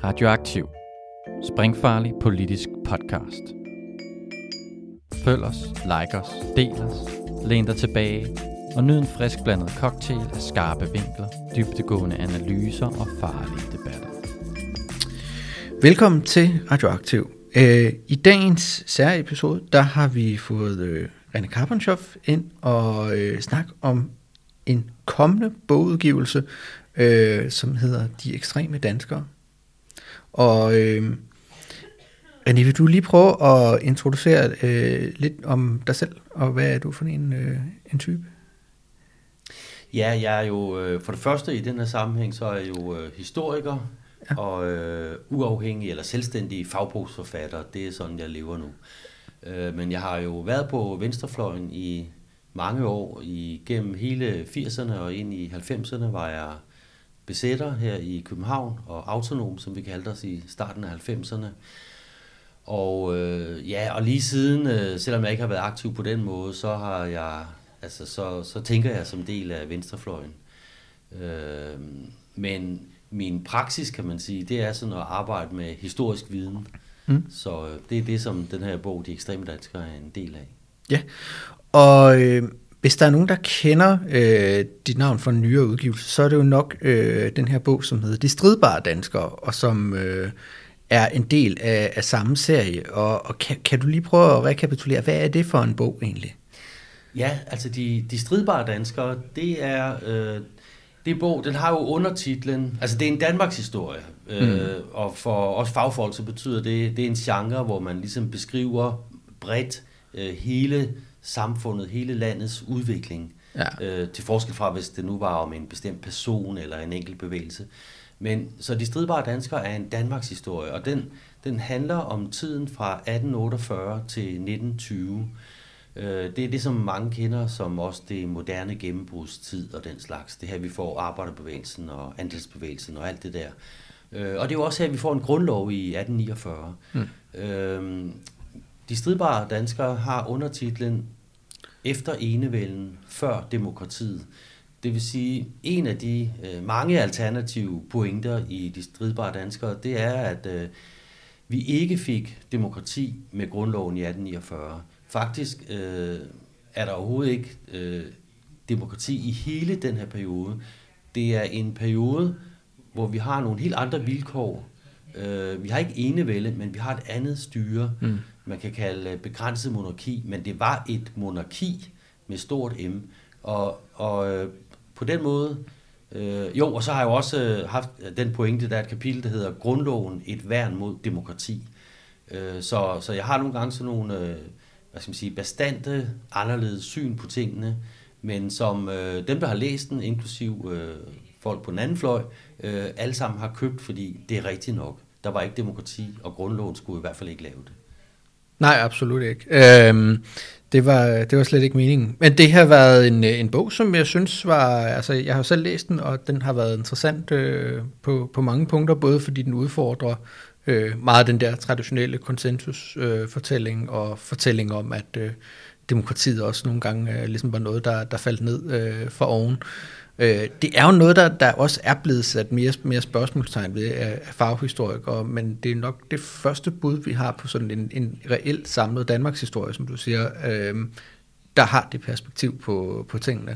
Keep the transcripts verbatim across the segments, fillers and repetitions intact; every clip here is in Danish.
Radioaktiv. Springfarlig politisk podcast. Følg os, like os, del os, læn dig tilbage og nyd en frisk blandet cocktail af skarpe vinkler, dybdegående analyser og farlige debatter. Velkommen til Radioaktiv. I dagens særlige-episode, der har vi fået René Karpenshof ind og snakke om en kommende bogudgivelse, som hedder De Ekstreme Danskere. Og øh, René, vil du lige prøve at introducere øh, lidt om dig selv, og hvad er du for en, øh, en type? Ja, jeg er jo øh, for det første i den her sammenhæng, så er jeg jo øh, historiker ja. og øh, uafhængig eller selvstændig fagbogsforfatter. Det er sådan, jeg lever nu. Øh, men jeg har jo været på venstrefløjen i mange år, igennem hele firserne og ind i halvfemserne var jeg besætter her i København, og autonom, som vi kaldte os i starten af halvfemserne. Og øh, ja, og lige siden, øh, selvom jeg ikke har været aktiv på den måde, så har jeg, altså så, så tænker jeg som del af venstrefløjen. Øh, men min praksis, kan man sige, det er sådan at arbejde med historisk viden. Mm. Så øh, det er det, som den her bog, De Ekstreme Danskere, er en del af. Ja, og øh, hvis der er nogen, der kender øh, dit navn fra en nyere udgivelse, så er det jo nok øh, den her bog, som hedder De Stridbare Danskere, og som øh, er en del af, af samme serie. Og, og kan, kan du lige prøve at rekapitulere, hvad er det for en bog egentlig? Ja, altså De, de Stridbare Danskere, det er... Øh, det bog, den har jo undertitlen, altså det er en Danmarks historie, øh, mm. og for os fagfolk, så betyder det, det er en genre, hvor man ligesom beskriver bredt øh, hele samfundet, hele landets udvikling, ja. øh, til forskel fra, hvis det nu var om en bestemt person eller en enkelt bevægelse. Men så De Stridbare Danskere er en Danmarks historie, og den, den handler om tiden fra atten otteogfyrre til nitten tyve. Øh, det er det, som mange kender som også det moderne gennembrudstid og den slags. Det her, vi får arbejderbevægelsen og andelsbevægelsen og alt det der. Øh, og det er jo også her, vi får en grundlov i atten niogfyrre. Mm. Øh, De Stridbare Danskere har undertitlen Efter enevælden, før demokratiet. Det vil sige, en af de øh, mange alternative pointer i De Stridbare Danskere, det er, at øh, vi ikke fik demokrati med grundloven i atten niogfyrre. Faktisk øh, er der overhovedet ikke øh, demokrati i hele den her periode. Det er en periode, hvor vi har nogle helt andre vilkår. Øh, vi har ikke enevælde, men vi har et andet styre. Mm. Man kan kalde begrænset monarki, men det var et monarki med stort M. Og, og øh, på den måde, øh, jo, og så har jeg jo også øh, haft den pointe, der er et kapitel, der hedder Grundloven, et værn mod demokrati. Øh, så, så jeg har nogle gange sådan nogle, øh, hvad skal man sige, bastante, anderledes syn på tingene, men som øh, dem, der har læst den, inklusiv øh, folk på den anden fløj, øh, alle sammen har købt, fordi det er rigtigt nok. Der var ikke demokrati, og grundloven skulle i hvert fald ikke lave det. Nej, absolut ikke. Øhm, det, var, det var slet ikke meningen. Men det har været en, en bog, som jeg synes var... Altså, jeg har selv læst den, og den har været interessant øh, på, på mange punkter, både fordi den udfordrer øh, meget den der traditionelle konsensusfortælling, øh, og fortælling om, at øh, demokratiet også nogle gange øh, ligesom var noget, der, der faldt ned øh, fra oven. Øh, det er jo noget, der, der også er blevet sat mere, mere spørgsmålstegn ved af, af faghistorikere, men det er nok det første bud, vi har på sådan en, en reelt samlet Danmarks historie, som du siger, øh, der har det perspektiv på, på tingene.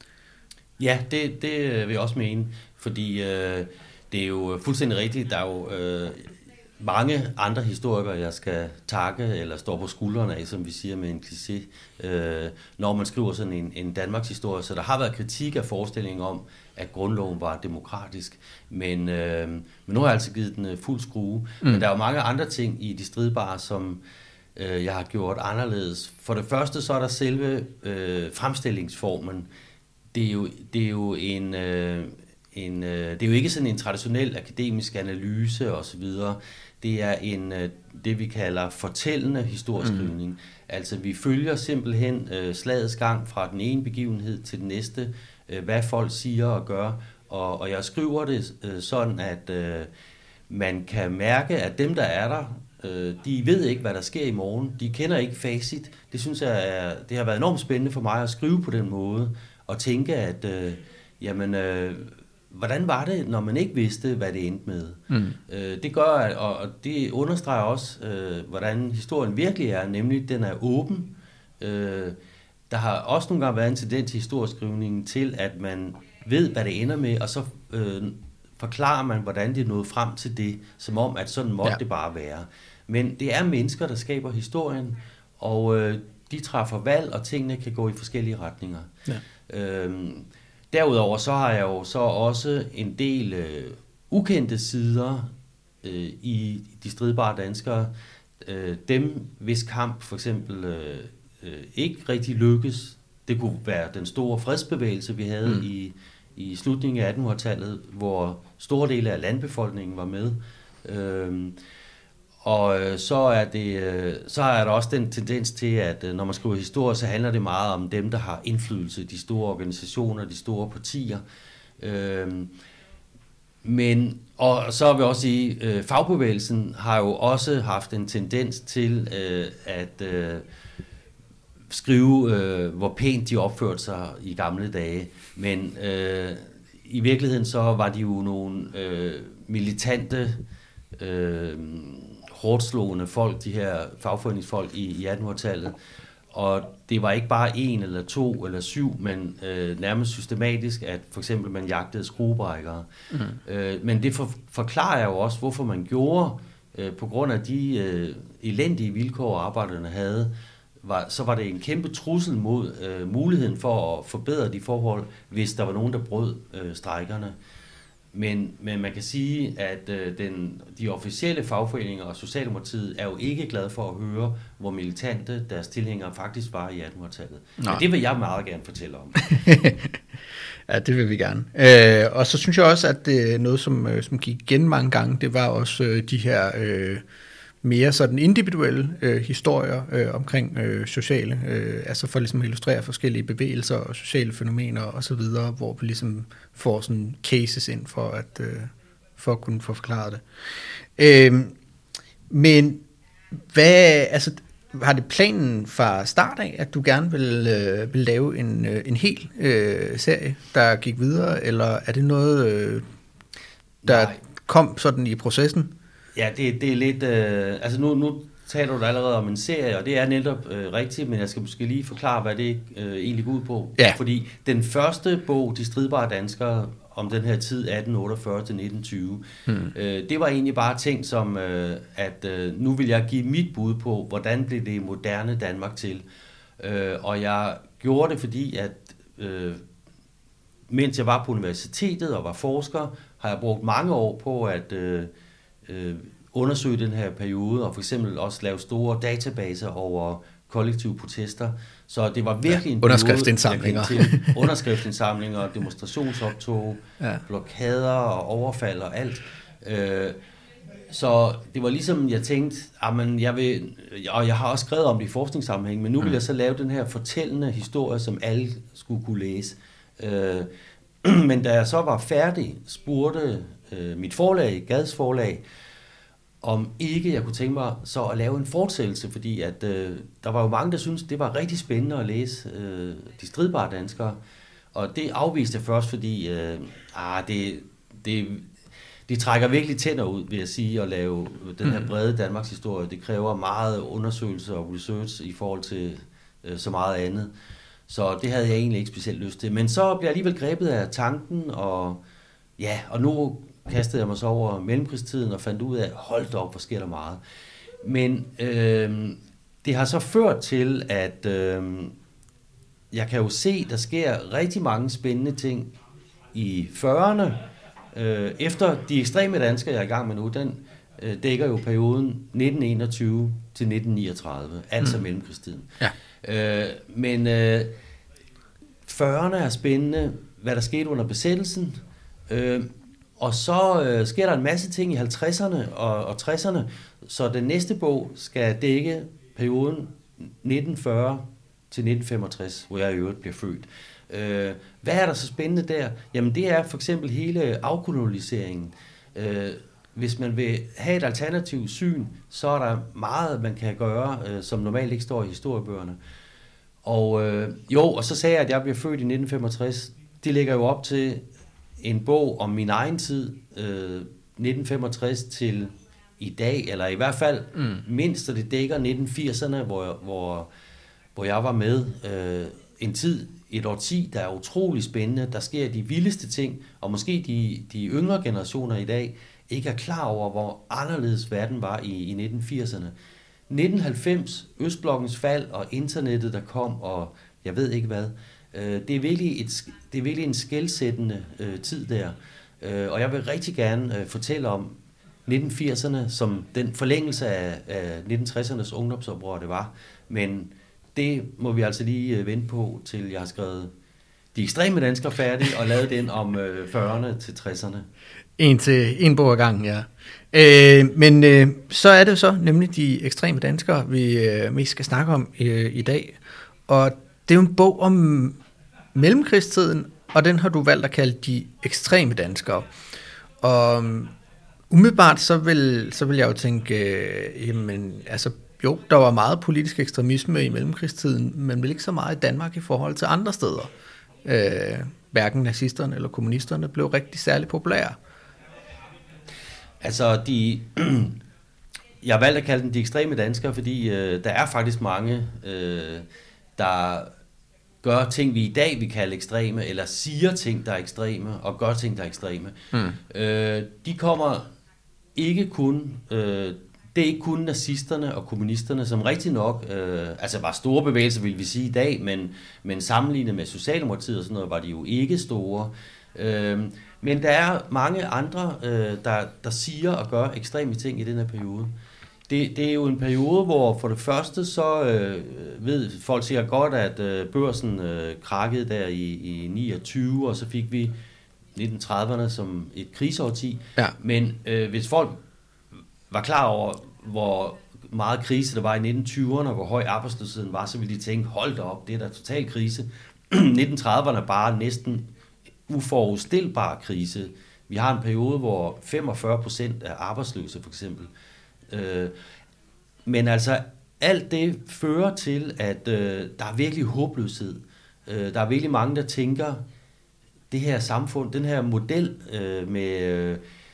Ja, det, det vil jeg også mene, fordi øh, det er jo fuldstændig rigtigt, der er jo øh, mange andre historikere, jeg skal takke eller står på skuldrene af, som vi siger med en kliché, øh, når man skriver sådan en, en Danmarks historie. Så der har været kritik af forestillingen om, at grundloven var demokratisk, men, øh, men nu har jeg altså givet den fuld skrue. Mm. Men der er jo mange andre ting i De Stridbare, som øh, jeg har gjort anderledes. For det første så er der selve øh, fremstillingsformen. Det er jo, det er jo en... Øh, En, det er jo ikke sådan en traditionel akademisk analyse osv. Det er en, det vi kalder fortællende historieskrivning. Mm. Altså vi følger simpelthen uh, slagets gang fra den ene begivenhed til den næste, uh, hvad folk siger og gør. Og, og jeg skriver det uh, sådan, at uh, man kan mærke, at dem der er der, uh, de ved ikke, hvad der sker i morgen. De kender ikke facit. Det synes jeg, er, det har været enormt spændende for mig at skrive på den måde, og tænke, at uh, jamen... Uh, hvordan var det, når man ikke vidste, hvad det endte med? Mm. Øh, det gør, at, og, og det understreger også, øh, hvordan historien virkelig er, nemlig den er åben. Øh, der har også nogle gange været en tendens i historieskrivningen til, at man ved, hvad det ender med, og så øh, forklarer man, hvordan det er nået frem til det, som om, at sådan måtte ja. det bare være. Men det er mennesker, der skaber historien, og øh, de træffer valg, og tingene kan gå i forskellige retninger. Ja. Øhm, derudover så har jeg jo så også en del øh, ukendte sider øh, i de stridbare danskere. Øh, dem, hvis kamp for eksempel øh, øh, ikke rigtig lykkes. Det kunne være den store fredsbevægelse, vi havde mm. i, i slutningen af attenhundredetallet, hvor store dele af landbefolkningen var med. Øhm, Og øh, så er det øh, så er der også den tendens til, at øh, når man skriver historie, så handler det meget om dem, der har indflydelse, de store organisationer, de store partier. Øh, men og så vil jeg også sige, øh, fagbevægelsen har jo også haft en tendens til øh, at øh, skrive, øh, hvor pænt de opførte sig i gamle dage. Men øh, i virkeligheden så var de jo nogle øh, militante øh, hårdslående folk, de her fagforeningsfolk i, i attenhundredetallet. Og det var ikke bare en eller to eller syv, men øh, nærmest systematisk, at for eksempel man jagtede skruebrækkere. Mm. Øh, men det for, forklarer jo også, hvorfor man gjorde, øh, på grund af de øh, elendige vilkår, arbejderne havde, var, så var det en kæmpe trussel mod øh, muligheden for at forbedre de forhold, hvis der var nogen, der brød øh, strejkerne. Men, men man kan sige, at øh, den, de officielle fagforeninger og Socialdemokratiet er jo ikke glade for at høre, hvor militante deres tilhængere faktisk var i attenhundredetallet. Men det vil jeg meget gerne fortælle om. Ja, det vil vi gerne. Øh, og så synes jeg også, at det noget, som, som gik igen mange gange, det var også øh, de her øh, mere sådan individuelle øh, historier øh, omkring øh, sociale, øh, altså for ligesom at illustrere forskellige bevægelser og sociale fænomener og så videre, hvor vi ligesom får sådan cases ind for at, øh, for at kunne få forklaret det. Øh, men hvad, altså har det planen fra start af, at du gerne vil, øh, vil lave en, øh, en hel øh, serie, der gik videre, eller er det noget, øh, der Nej. kom sådan i processen? Ja, det, det er lidt... Øh, altså nu, nu taler du allerede om en serie, og det er netop øh, rigtigt, men jeg skal måske lige forklare, hvad det øh, egentlig går ud på. Ja. Fordi den første bog, De stridbare danskere, om den her tid atten otteogfyrre til nitten tyve, hmm. øh, det var egentlig bare ting som, øh, at øh, nu vil jeg give mit bud på, hvordan blev det moderne Danmark til. Øh, og jeg gjorde det, fordi at øh, mens jeg var på universitetet og var forsker, har jeg brugt mange år på at... Øh, Øh, undersøge den her periode, og for eksempel også lave store databaser over kollektive protester. Så det var virkelig ja, en underskriftsindsamlinger. Til underskriftsindsamlinger, demonstrationsoptog, ja. blokader og overfald og alt. Øh, så det var ligesom, jeg tænkte, amen, jeg vil, og jeg har også skrevet om det i forskningssammenhæng, men nu vil jeg så lave den her fortællende historie, som alle skulle kunne læse. Øh, men da jeg så var færdig, spurgte øh, mit forlag, Gads forlag, om ikke jeg kunne tænke mig så at lave en fortsættelse, fordi at øh, der var jo mange, der syntes, det var rigtig spændende at læse øh, De stridbare danskere, og det afviste jeg først, fordi øh, ah, det, det, det trækker virkelig tænder ud, vil jeg sige, at lave den her brede Danmarks historie. Det kræver meget undersøgelse og research i forhold til øh, så meget andet. Så det havde jeg egentlig ikke specielt lyst til. Men så blev jeg alligevel grebet af tanken, og ja, og nu kastede jeg mig så over mellemkrigstiden og fandt ud af, hold da op, hvor sker der meget. Men øh, det har så ført til, at øh, jeg kan jo se, der sker rigtig mange spændende ting i fyrrerne. Øh, efter De ekstreme danskere, jeg er i gang med nu, den øh, dækker jo perioden nitten enogtyve til nitten niogtredive, altså mm. mellemkrigstiden. Ja. Øh, men øh, fyrrerne er spændende, hvad der skete under besættelsen, øh, og så øh, sker der en masse ting i halvtredserne og, og tresserne, så den næste bog skal dække perioden nitten fyrre til nitten femogtres, hvor jeg i øvrigt bliver født. Øh, hvad er der så spændende der? Jamen det er for eksempel hele afkoloniseringen. Øh, Hvis man vil have et alternativt syn, så er der meget, man kan gøre, øh, som normalt ikke står i historiebøgerne. Og øh, jo, og så sagde jeg, at jeg bliver født i nitten femogtres. Det ligger jo op til en bog om min egen tid, øh, nitten femogtres til i dag, eller i hvert fald mm. mindst, og det dækker nitten firserne, hvor, hvor, hvor jeg var med. Øh, en tid, et årti, der er utrolig spændende. Der sker de vildeste ting, og måske de, de yngre generationer i dag ikke er klar over, hvor anderledes verden var i, i nitten firserne. nitten halvfems, Østblokkens fald og internettet, der kom, og jeg ved ikke hvad. Øh, det, er virkelig et, det er virkelig en skelsættende øh, tid der. Øh, og jeg vil rigtig gerne øh, fortælle om nitten firserne som den forlængelse af, af nitten tressernes ungdomsoprør, det var. Men det må vi altså lige øh, vente på, til jeg har skrevet De ekstreme danskere færdig og lavet den om øh, fyrrerne til tresserne. En til en bog ad gangen, ja. Øh, men øh, så er det så nemlig De ekstreme danskere, vi øh, mest skal snakke om øh, i dag. Og det er jo en bog om mellemkrigstiden, og den har du valgt at kalde De ekstreme danskere. Og umiddelbart så vil, så vil jeg jo tænke, øh, jamen, altså, jo, der var meget politisk ekstremisme i mellemkrigstiden, men vel ikke så meget i Danmark i forhold til andre steder. Øh, hverken nazisterne eller kommunisterne blev rigtig særlig populære. Altså, de, jeg har valgt at kalde dem De ekstreme danskere, fordi øh, der er faktisk mange, øh, der gør ting, vi i dag vil kalde ekstreme, eller siger ting, der er ekstreme, og gør ting, der er ekstreme. Mm. Øh, de kommer ikke kun... Øh, det er ikke kun nazisterne og kommunisterne, som rigtig nok, øh, altså var store bevægelser, vil vi sige i dag, men, men sammenlignet med Socialdemokratiet og sådan noget, var de jo ikke store. Øh, men der er mange andre, øh, der, der siger og gør ekstreme ting i den her periode. Det, det er jo en periode, hvor for det første så øh, ved folk sikkert godt, at øh, børsen øh, krakkede der i, i niogtyve, og så fik vi nitten trediverne som et krigsårti. Ja. Men øh, hvis folk var klar over, hvor meget krise der var i nitten tyverne, og hvor høj arbejdsløsheden var, så ville de tænke, hold da op, det er da total krise. nitten trediverne er bare næsten uforudstilbar krise. Vi har en periode, hvor femogfyrre procent er arbejdsløse, for eksempel. Øh, men altså, alt det fører til, at øh, der er virkelig håbløshed. Øh, der er virkelig mange, der tænker, det her samfund, den her model øh, med øh,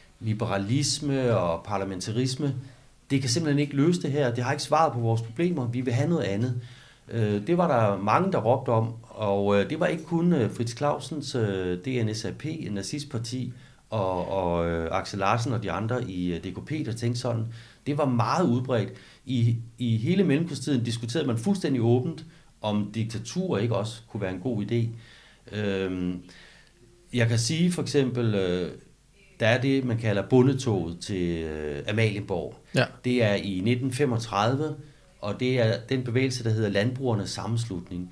liberalisme og parlamentarisme, det kan simpelthen ikke løse det her. Det har ikke svaret på vores problemer. Vi vil have noget andet. Øh, det var der mange, der råbte om, og øh, det var ikke kun øh, Frits Clausens øh, D N S A P, nazistparti, og, og øh, Axel Larsen og de andre i øh, D K P, der tænkte sådan. Det var meget udbredt. I, i hele mellemkrigstiden diskuterede man fuldstændig åbent, om diktatur ikke også kunne være en god idé. Øh, jeg kan sige for eksempel... Øh, der er det, man kalder bondetoget til øh, Amalienborg. Ja. Det er i nitten femogtredive, og det er den bevægelse, der hedder Landbrugernes Sammenslutning.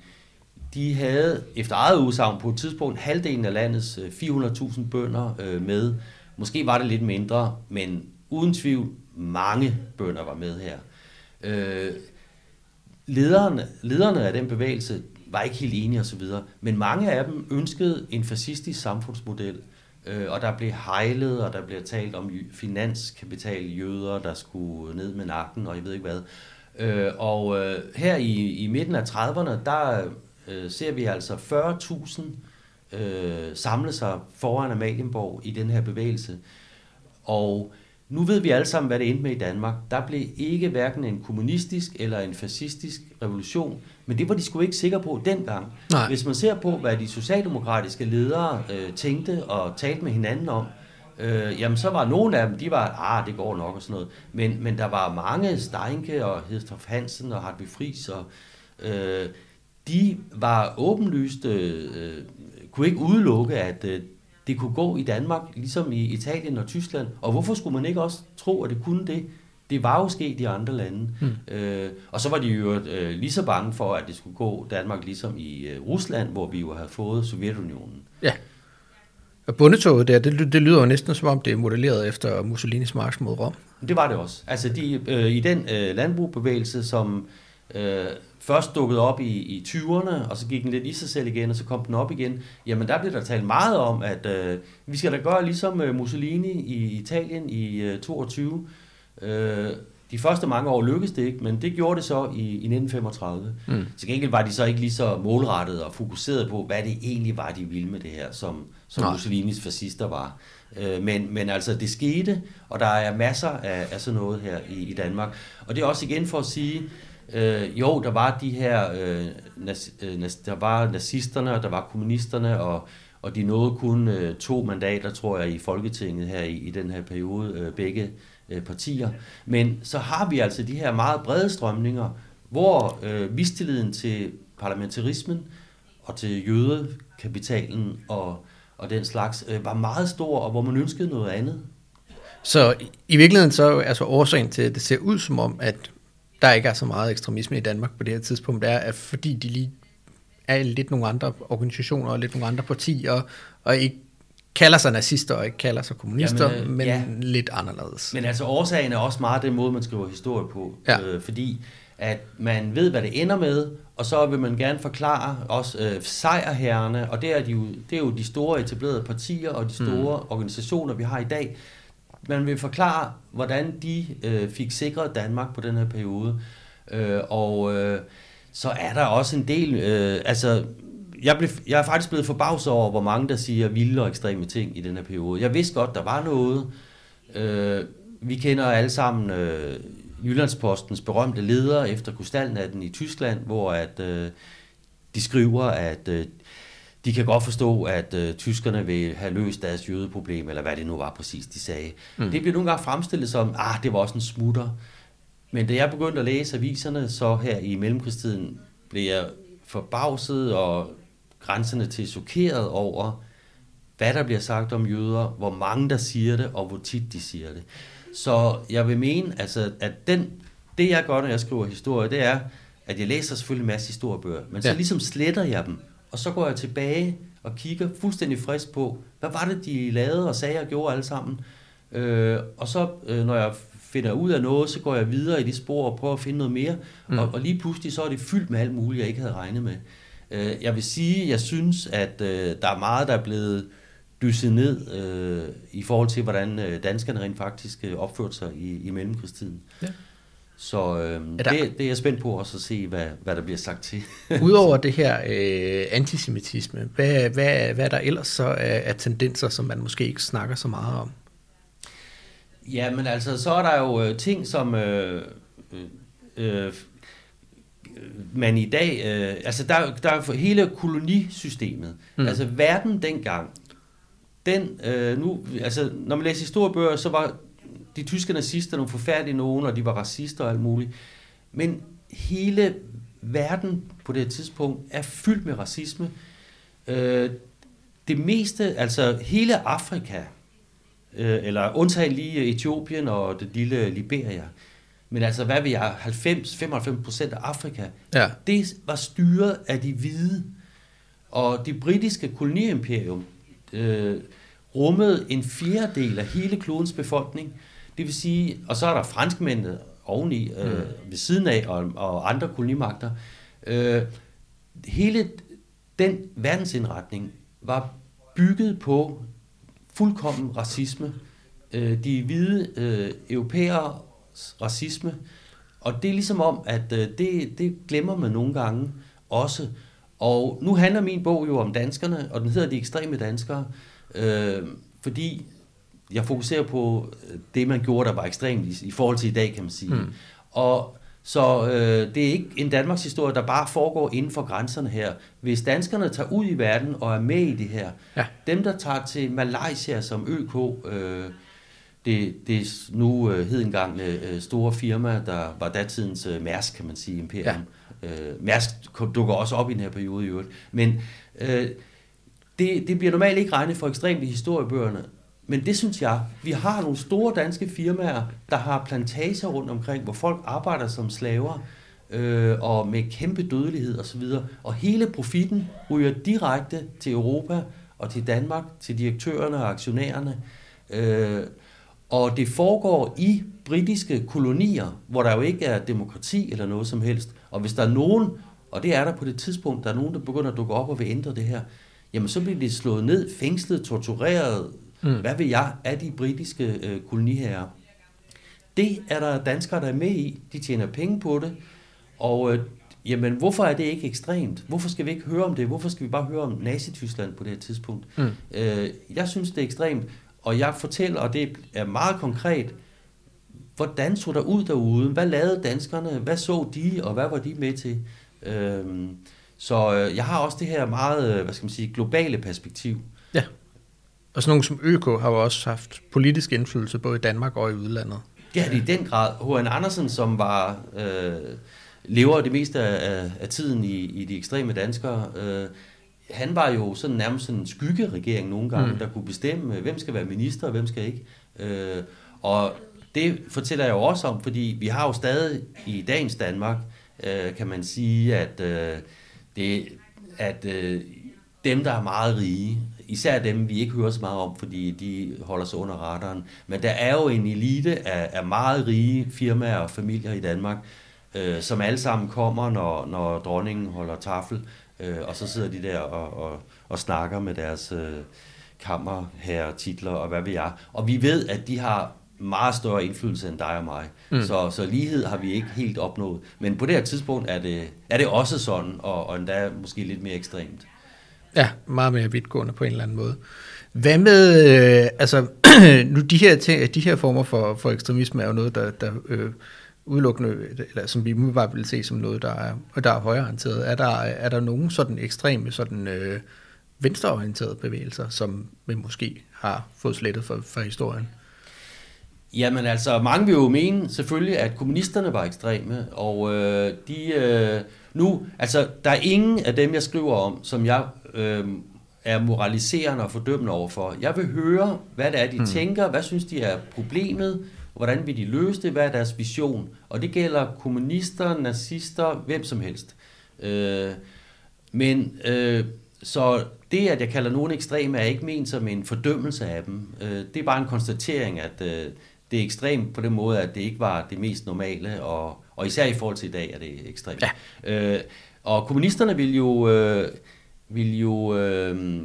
De havde efter eget udsagn på et tidspunkt halvdelen af landets øh, fire hundrede tusind bønder øh, med. Måske var det lidt mindre, men uden tvivl mange bønder var med her. Øh, lederne, lederne af den bevægelse var ikke helt enige osv., men mange af dem ønskede en fascistisk samfundsmodel. Øh, og der blev hejlet, og der blev talt om finanskapital-jøder, der skulle ned med nakken, og jeg ved ikke hvad. Øh, og øh, her i, i midten af trediverne, der øh, ser vi altså fyrre tusind øh, samle sig foran Amalienborg i den her bevægelse. Og nu ved vi alle sammen, hvad det endte med i Danmark. Der blev ikke hverken en kommunistisk eller en fascistisk revolution, men det var de sgu ikke sikre på dengang. Nej. Hvis man ser på, hvad de socialdemokratiske ledere øh, tænkte og talte med hinanden om, øh, jamen så var nogle af dem, de var, ah, det går nok og sådan noget. Men, men der var mange, Steinke og Hedtoft Hansen og Hartwig Friis, og øh, de var åbenlyst, øh, kunne ikke udelukke, at øh, det kunne gå i Danmark, ligesom i Italien og Tyskland. Og hvorfor skulle man ikke også tro, at det kunne det? Det var jo sket i andre lande. Hmm. Øh, og så var de jo øh, lige så bange for, at det skulle gå Danmark ligesom i øh, Rusland, hvor vi jo havde fået Sovjetunionen. Ja. Og bondetoget der, det, det lyder jo næsten som om, det er modelleret efter Mussolinis march mod Rom. Det var det også. Altså de, øh, i den øh, landbrugbevægelse, som øh, først dukkede op i, i tyverne, og så gik den lidt i sig selv igen, og så kom den op igen. Jamen der blev der talt meget om, at øh, vi skal da gøre ligesom øh, Mussolini i Italien i øh, toogtyve. Øh, de første mange år lykkedes det ikke, men det gjorde det så i, i nitten femogtredive. Mm. Til gengæld var de så ikke lige så målrettede og fokuseret på, hvad det egentlig var, de ville med det her, som, som Mussolinis fascister var. Øh, men, men altså, det skete, og der er masser af, af sådan noget her i, i Danmark. Og det er også igen for at sige, øh, jo, der var de her, øh, nas, øh, nas, der var nazisterne, og der var kommunisterne, og og de nåede kun øh, to mandater, tror jeg, i Folketinget her i, i den her periode, øh, begge øh, partier. Men så har vi altså de her meget brede strømninger, hvor øh, mistilliden til parlamentarismen og til jødekapitalen og, og den slags øh, var meget stor, og hvor man ønskede noget andet. Så i, i virkeligheden så er altså årsagen til, at det ser ud som om, at der ikke er så meget ekstremisme i Danmark på det her tidspunkt, er, at fordi de lige er lidt nogle andre organisationer og lidt nogle andre partier, og ikke kalder sig nazister og ikke kalder sig kommunister, Jamen, øh, men ja. lidt anderledes. Men altså årsagen er også meget den måde, man skriver historie på, ja. øh, fordi at man ved, hvad det ender med, og så vil man gerne forklare også øh, sejrherrerne, og det er, de jo, det er jo de store etablerede partier og de store mm. organisationer, vi har i dag. Man vil forklare, hvordan de øh, fik sikret Danmark på den her periode, øh, og øh, så er der også en del, øh, altså, jeg, blev, jeg er faktisk blevet forbavset over, hvor mange der siger vilde og ekstreme ting i den her periode. Jeg vidste godt, der var noget. Øh, vi kender alle sammen øh, Jyllandspostens berømte leder efter Krystalnatten i Tyskland, hvor at, øh, de skriver, at øh, de kan godt forstå, at øh, tyskerne vil have løst deres jødeproblem, eller hvad det nu var præcis, de sagde. Mm. Det bliver nogle gange fremstillet som, ah, det var også en smutter. Men da jeg begyndte at læse aviserne, så her i mellemkrigstiden, blev jeg forbavset og grænsende til chokeret over, hvad der bliver sagt om jøder, hvor mange der siger det, og hvor tit de siger det. Så jeg vil mene, altså, at den, det jeg gør, når jeg skriver historie, det er, at jeg læser selvfølgelig en masse historiebøger, men så ja. ligesom sletter jeg dem, og så går jeg tilbage og kigger fuldstændig frisk på, hvad var det, de lavede og sagde og gjorde alle sammen. Øh, og så, øh, når jeg finder ud af noget, så går jeg videre i de spor og prøver at finde noget mere, mm. og, og lige pludselig så er det fyldt med alt muligt, jeg ikke havde regnet med. Øh, jeg vil sige, jeg synes, at øh, der er meget, der er blevet dysset ned øh, i forhold til, hvordan øh, danskerne rent faktisk øh, opførte sig i, i mellemkrigstiden. Ja. Så øh, det, det er jeg spændt på også at se, hvad, hvad der bliver sagt til. Udover det her øh, antisemitisme, hvad, hvad, hvad er der ellers så af, af tendenser, som man måske ikke snakker så meget om? Ja, men altså, så er der jo øh, ting, som øh, øh, man i dag, øh, altså der, der er for hele kolonisystemet, mm. altså verden dengang, den, øh, nu, altså når man læser historiebøger, så var de tyske nazister nogle forfærdelige nogen, og de var racister og alt muligt, men hele verden på det tidspunkt er fyldt med racisme. Øh, det meste, altså hele Afrika, eller undtagen lige Etiopien og det lille Liberia. Men altså, hvad vil jeg, halvfems til femoghalvfems procent af Afrika, ja. det var styret af de hvide. Og det britiske koloniimperium øh, rummede en fjerdedel af hele klodens befolkning. Det vil sige, og så er der franskmændene oveni, øh, mm. ved siden af, og, og andre kolonimagter. Øh, hele den verdensindretning var bygget på fuldkommen racisme, øh, de hvide øh, europæere racisme, og det er ligesom om, at øh, det, det glemmer man nogle gange også. Og nu handler min bog jo om danskerne, og den hedder De Ekstreme Danskere, øh, fordi jeg fokuserer på det, man gjorde, der var ekstremt i, i forhold til i dag, kan man sige. Mm. Og så øh, det er ikke en Danmarks historie, der bare foregår inden for grænserne her. Hvis danskerne tager ud i verden og er med i det her, ja. dem der tager til Malaysia som Ø K, øh, det, det nu øh, hed engang øh, store firma, der var datidens øh, Mærsk, kan man sige, imperium. Ja. Øh, Mærsk dukker også op i den her periode i øvrigt. Men øh, det, det bliver normalt ikke regnet for ekstremt i historiebøgerne. Men det synes jeg, vi har nogle store danske firmaer, der har plantager rundt omkring, hvor folk arbejder som slaver, øh, og med kæmpe dødelighed osv. Og hele profitten ryger direkte til Europa og til Danmark, til direktørerne og aktionærerne. Øh, og det foregår i britiske kolonier, hvor der jo ikke er demokrati eller noget som helst. Og hvis der er nogen, og det er der på det tidspunkt, der er nogen, der begynder at dukke op og vil ændre det her, jamen så bliver de slået ned, fængslet, tortureret, Mm. hvad vil jeg, af de britiske øh, koloniherrer. Det er der danskere, der er med i. De tjener penge på det. Og øh, jamen, hvorfor er det ikke ekstremt? Hvorfor skal vi ikke høre om det? Hvorfor skal vi bare høre om Nazi-Tyskland på det her tidspunkt? Mm. Øh, jeg synes, det er ekstremt. Og jeg fortæller, og det er meget konkret, hvordan så der ud derude? Hvad lavede danskerne? Hvad så de, og hvad var de med til? Øhm, så øh, jeg har også det her meget, hvad skal man sige, globale perspektiv. Ja, og sådan nogle som Ø K har jo også haft politisk indflydelse både i Danmark og i udlandet. Ja, det er i den grad. H N Andersen, som var øh, lever det meste af, af tiden i, i de ekstreme danskere, øh, han var jo sådan nærmest sådan en skyggeregering nogle gange, mm. der kunne bestemme, hvem skal være minister, og hvem skal ikke. Øh, og det fortæller jeg jo også om, fordi vi har jo stadig i dagens Danmark, øh, kan man sige, at, øh, det, at øh, dem, der er meget rige, især dem, vi ikke hører så meget om, fordi de holder sig under radaren, men der er jo en elite af, af meget rige firmaer og familier i Danmark, øh, som alle sammen kommer, når, når dronningen holder tafel, øh, og så sidder de der og, og, og snakker med deres øh, kammerherretitler og hvad ved jeg. Og vi ved, at de har meget større indflydelse end dig og mig. Mm. Så, så lighed har vi ikke helt opnået. Men på det her tidspunkt er det, er det også sådan, og, og endda måske lidt mere ekstremt. Ja, meget mere vidtgående på en eller anden måde. Hvad med, øh, altså, nu de her, ting, de her former for, for ekstremisme er jo noget, der, der øh, udelukkende, eller som vi umiddelbart vil se som noget, der er, der er højreorienteret. Er der, er der nogen sådan ekstreme, sådan øh, venstreorienterede bevægelser, som vi måske har fået slettet fra, fra historien? Jamen altså, mange vil jo mene selvfølgelig, at kommunisterne var ekstreme, og øh, de øh, nu, altså der er ingen af dem, jeg skriver om, som jeg øh, er moraliserende og fordømmende overfor. Jeg vil høre, hvad det er, de hmm. tænker, hvad synes de er problemet, hvordan vil de løse det, hvad er deres vision, og det gælder kommunister, nazister, hvem som helst. Øh, men øh, så det, at jeg kalder nogen ekstreme, er ikke ment som en fordømmelse af dem. Øh, det er bare en konstatering, at øh, det er ekstremt på den måde, at det ikke var det mest normale, og, og især i forhold til i dag er det ekstremt. Ja. Øh, og kommunisterne ville jo, øh, ville jo øh,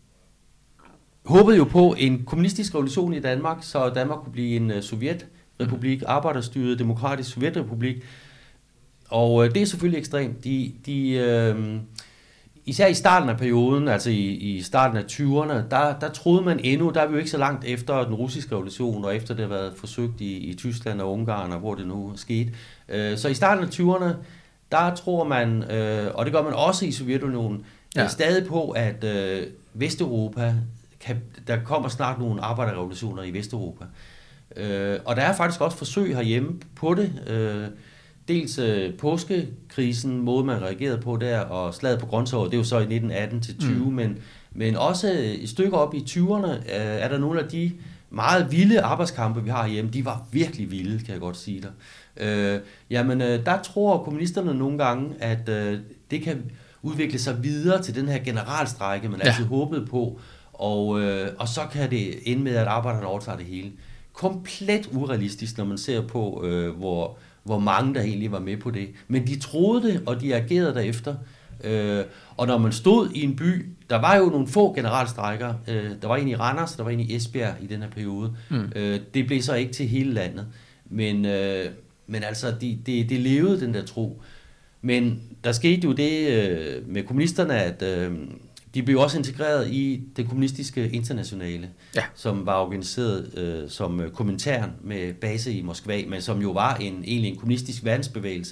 håbede jo på en kommunistisk revolution i Danmark, så Danmark kunne blive en sovjetrepublik, arbejderstyret demokratisk sovjetrepublik, og øh, det er selvfølgelig ekstremt. De, de, øh, især i starten af perioden, altså i, i starten af tyverne, der, der troede man endnu, der er vi jo ikke så langt efter den russiske revolution, og efter det har været forsøgt i, i Tyskland og Ungarn, og hvor det nu skete. Øh, så i starten af tyverne, der tror man, øh, og det gør man også i Sovjetunionen, ja. stadig på, at øh, Vesteuropa, kan, der kommer snart nogle arbejderrevolutioner i Vesteuropa. Øh, og der er faktisk også forsøg herhjemme på det. Øh, dels øh, påskekrisen, måde man reagerede på der, og slaget på Grøntorvet, det er jo så i nitten atten til tyve, mm. men, men også et stykke op i tyverne øh, er der nogle af de meget vilde arbejdskampe, vi har hjemme. De var virkelig vilde, kan jeg godt sige dig. Øh, jamen, øh, der tror kommunisterne nogle gange, at øh, det kan udvikle sig videre til den her generalstrejke, man ja. altid håbede på, og, øh, og så kan det ende med, at arbejderne overtager det hele. Komplet urealistisk, når man ser på, øh, hvor, hvor mange der egentlig var med på det. Men de troede det, og de agerede derefter. Øh, og når man stod i en by, der var jo nogle få generalstrejker. Øh, der var en i Randers, der var en i Esbjerg i den her periode. Mm. Øh, det blev så ikke til hele landet. Men, øh, men altså, det de, de levede den der tro. Men der skete jo det øh, med kommunisterne, at øh, de blev også integreret i det kommunistiske internationale, ja. som var organiseret øh, som Komintern med base i Moskva, men som jo var en, egentlig en kommunistisk verdensbevægelse.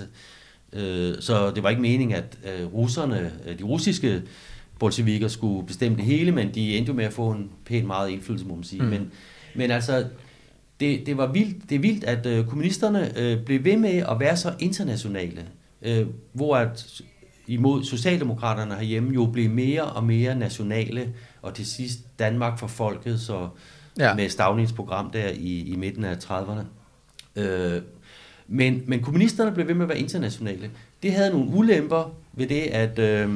Øh, så det var ikke meningen, at øh, russerne, de russiske bolsjevikker skulle bestemme det hele, men de endte jo med at få en pæn meget indflydelse, må man sige. Mm. Men, men altså, det, det var vildt, det er vildt, at øh, kommunisterne øh, blev ved med at være så internationale, øh, hvor at imod Socialdemokraterne herhjemme jo blev mere og mere nationale, og til sidst Danmark for folket, så ja. med Staunings program der i, i midten af trediverne. Øh, men, men kommunisterne blev ved med at være internationale. Det havde nogle ulemper ved det, at øh,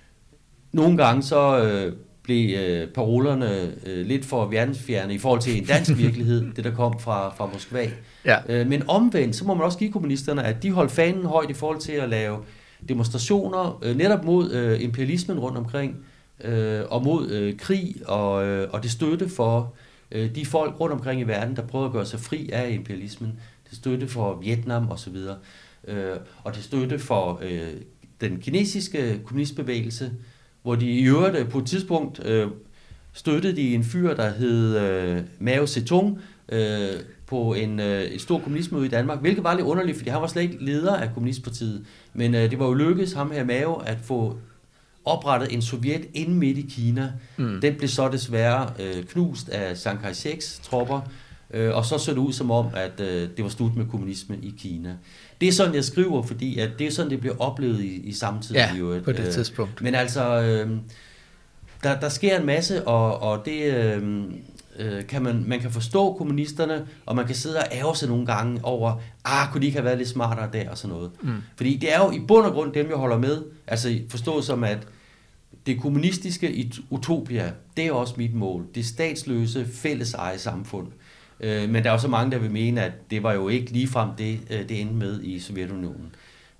nogle gange så øh, blev øh, parolerne øh, lidt for verdensfjerne i forhold til en dansk virkelighed, det der kom fra, fra Moskva. Ja. Øh, men omvendt, så må man også give kommunisterne, at de holdt fanen højt i forhold til at lave demonstrationer øh, netop mod øh, imperialismen rundt omkring, øh, og mod øh, krig, og, øh, og det støtte for øh, de folk rundt omkring i verden, der prøver at gøre sig fri af imperialismen. til støtte for Vietnam osv., øh, og til støtte for øh, den kinesiske kommunistbevægelse, hvor de i øvrigt på et tidspunkt øh, støttede de en fyr, der hed øh, Mao Zedong, øh, på en, øh, et stort kommunistmøde i Danmark, hvilket var lidt underligt, fordi han var slet ikke leder af kommunistpartiet, men øh, det var jo lykkedes ham her Mao at få oprettet en sovjet inde midt i Kina. Mm. Den blev så desværre øh, knust af Chiang Kai-sheks tropper, øh, og så så det ud som om, at øh, det var slut med kommunisme i Kina. Det er sådan, jeg skriver, fordi at det er sådan, det bliver oplevet i, i samtiden. Ja, jo, på det øh, tidspunkt. Men altså, øh, der, der sker en masse, og, og det... Øh, kan man, man kan forstå kommunisterne, og man kan sidde og ærge sig nogle gange over, ah, kunne de ikke have været lidt smartere der, og sådan noget. Mm. Fordi det er jo i bund og grund dem, jeg holder med, altså forstået som, at det kommunistiske utopia, det er også mit mål. Det statsløse, fælleseje samfund. Øh, men der er også mange, der vil mene, at det var jo ikke ligefrem det, det endte med i Sovjetunionen.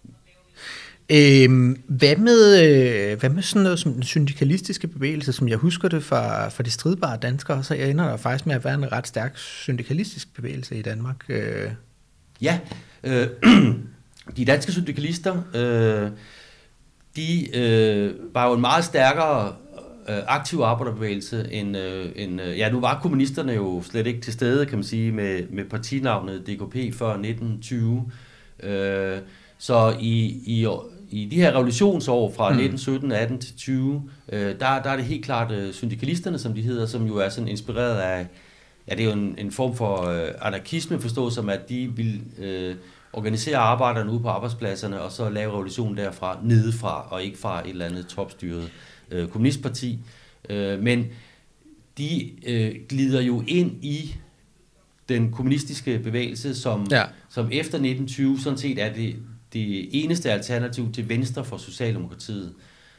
Øhm, hvad, med, øh, hvad med sådan noget som den syndikalistiske bevægelse, som jeg husker det fra, fra de stridbare danskere, så ender der faktisk med at være en ret stærk syndikalistisk bevægelse i Danmark. Øh. Ja, øh, de danske syndikalister, øh, de øh, var jo en meget stærkere øh, aktiv arbejderbevægelse end, øh, end øh, ja, nu var kommunisterne jo slet ikke til stede, kan man sige, med, med partinavnet D K P før nitten tyve. Øh, så i, i I de her revolutionsår fra mm. nitten sytten, atten til tyve, øh, der, der er det helt klart øh, syndikalisterne, som de hedder, som jo er sådan inspireret af, ja, det er jo en, en form for øh, anarkisme, forstået som, at de vil øh, organisere arbejderne ude på arbejdspladserne, og så lave revolution derfra, nedefra, og ikke fra et eller andet topstyret øh, kommunistparti. Øh, men de øh, glider jo ind i den kommunistiske bevægelse, som, ja. som efter nitten tyve sådan set er det det eneste alternativ til venstre for Socialdemokratiet.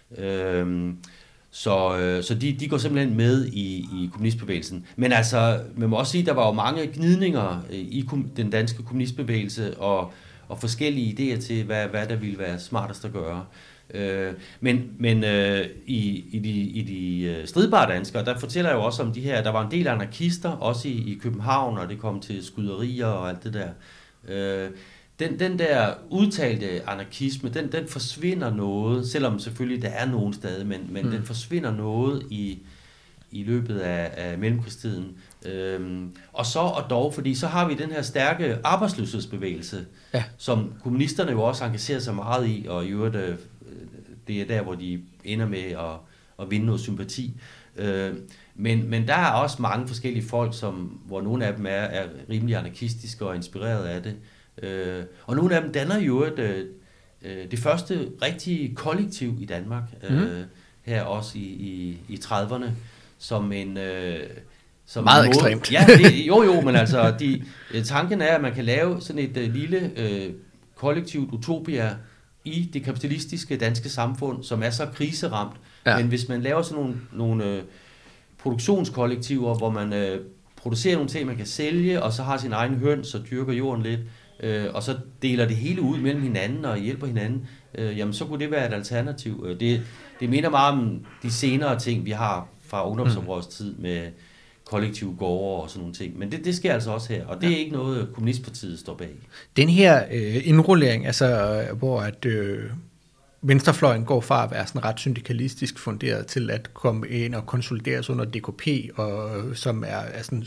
Øhm, så øh, så de, de går simpelthen med i, i kommunistbevægelsen. Men altså, man må også sige, at der var jo mange gnidninger i den danske kommunistbevægelse, og, og forskellige idéer til, hvad, hvad der ville være smartest at gøre. Øh, men men øh, i, i de, i de stridbare danskere, der fortæller jeg jo også om de her, der var en del anarkister, også i, i København, og det kom til skyderier og alt det der. Øh, Den, den der udtalte anarkisme, den, den forsvinder noget, selvom selvfølgelig der er nogen stadig, men, men mm. den forsvinder noget i, i løbet af, af mellemkrigstiden. Øhm, og så og dog, fordi så har vi den her stærke arbejdsløshedsbevægelse, ja. som kommunisterne jo også engagerer sig meget i, og i øvrigt, det er der, hvor de ender med at, at vinde noget sympati. Øh, men, men der er også mange forskellige folk, som, hvor nogle af dem er, er rimelig anarkistiske og inspireret af det. Øh, og nogle af dem danner jo et, øh, det første rigtige kollektiv i Danmark, øh, mm. her også i, i, i trediverne, som en... Øh, som meget en måde, ekstremt. Ja, det, jo jo, men altså, de, tanken er, at man kan lave sådan et øh, lille øh, kollektivt utopia i det kapitalistiske danske samfund, som er så kriseramt. Ja. Men hvis man laver sådan nogle, nogle øh, produktionskollektiver, hvor man øh, producerer nogle ting, man kan sælge, og så har sin egen høns og dyrker jorden lidt, øh, og så deler det hele ud mellem hinanden og hjælper hinanden, øh, jamen så kunne det være et alternativ. Det, det minder meget om de senere ting, vi har fra ungdomsoprørets tid med kollektive gårde og sådan nogle ting. Men det, det sker altså også her, og det er ikke noget, Kommunistpartiet står bag. Den her øh, indrullering, altså hvor at øh, venstrefløjen går fra at være sådan ret syndikalistisk funderet til at komme ind og konsolideres under D K P, og som er, er sådan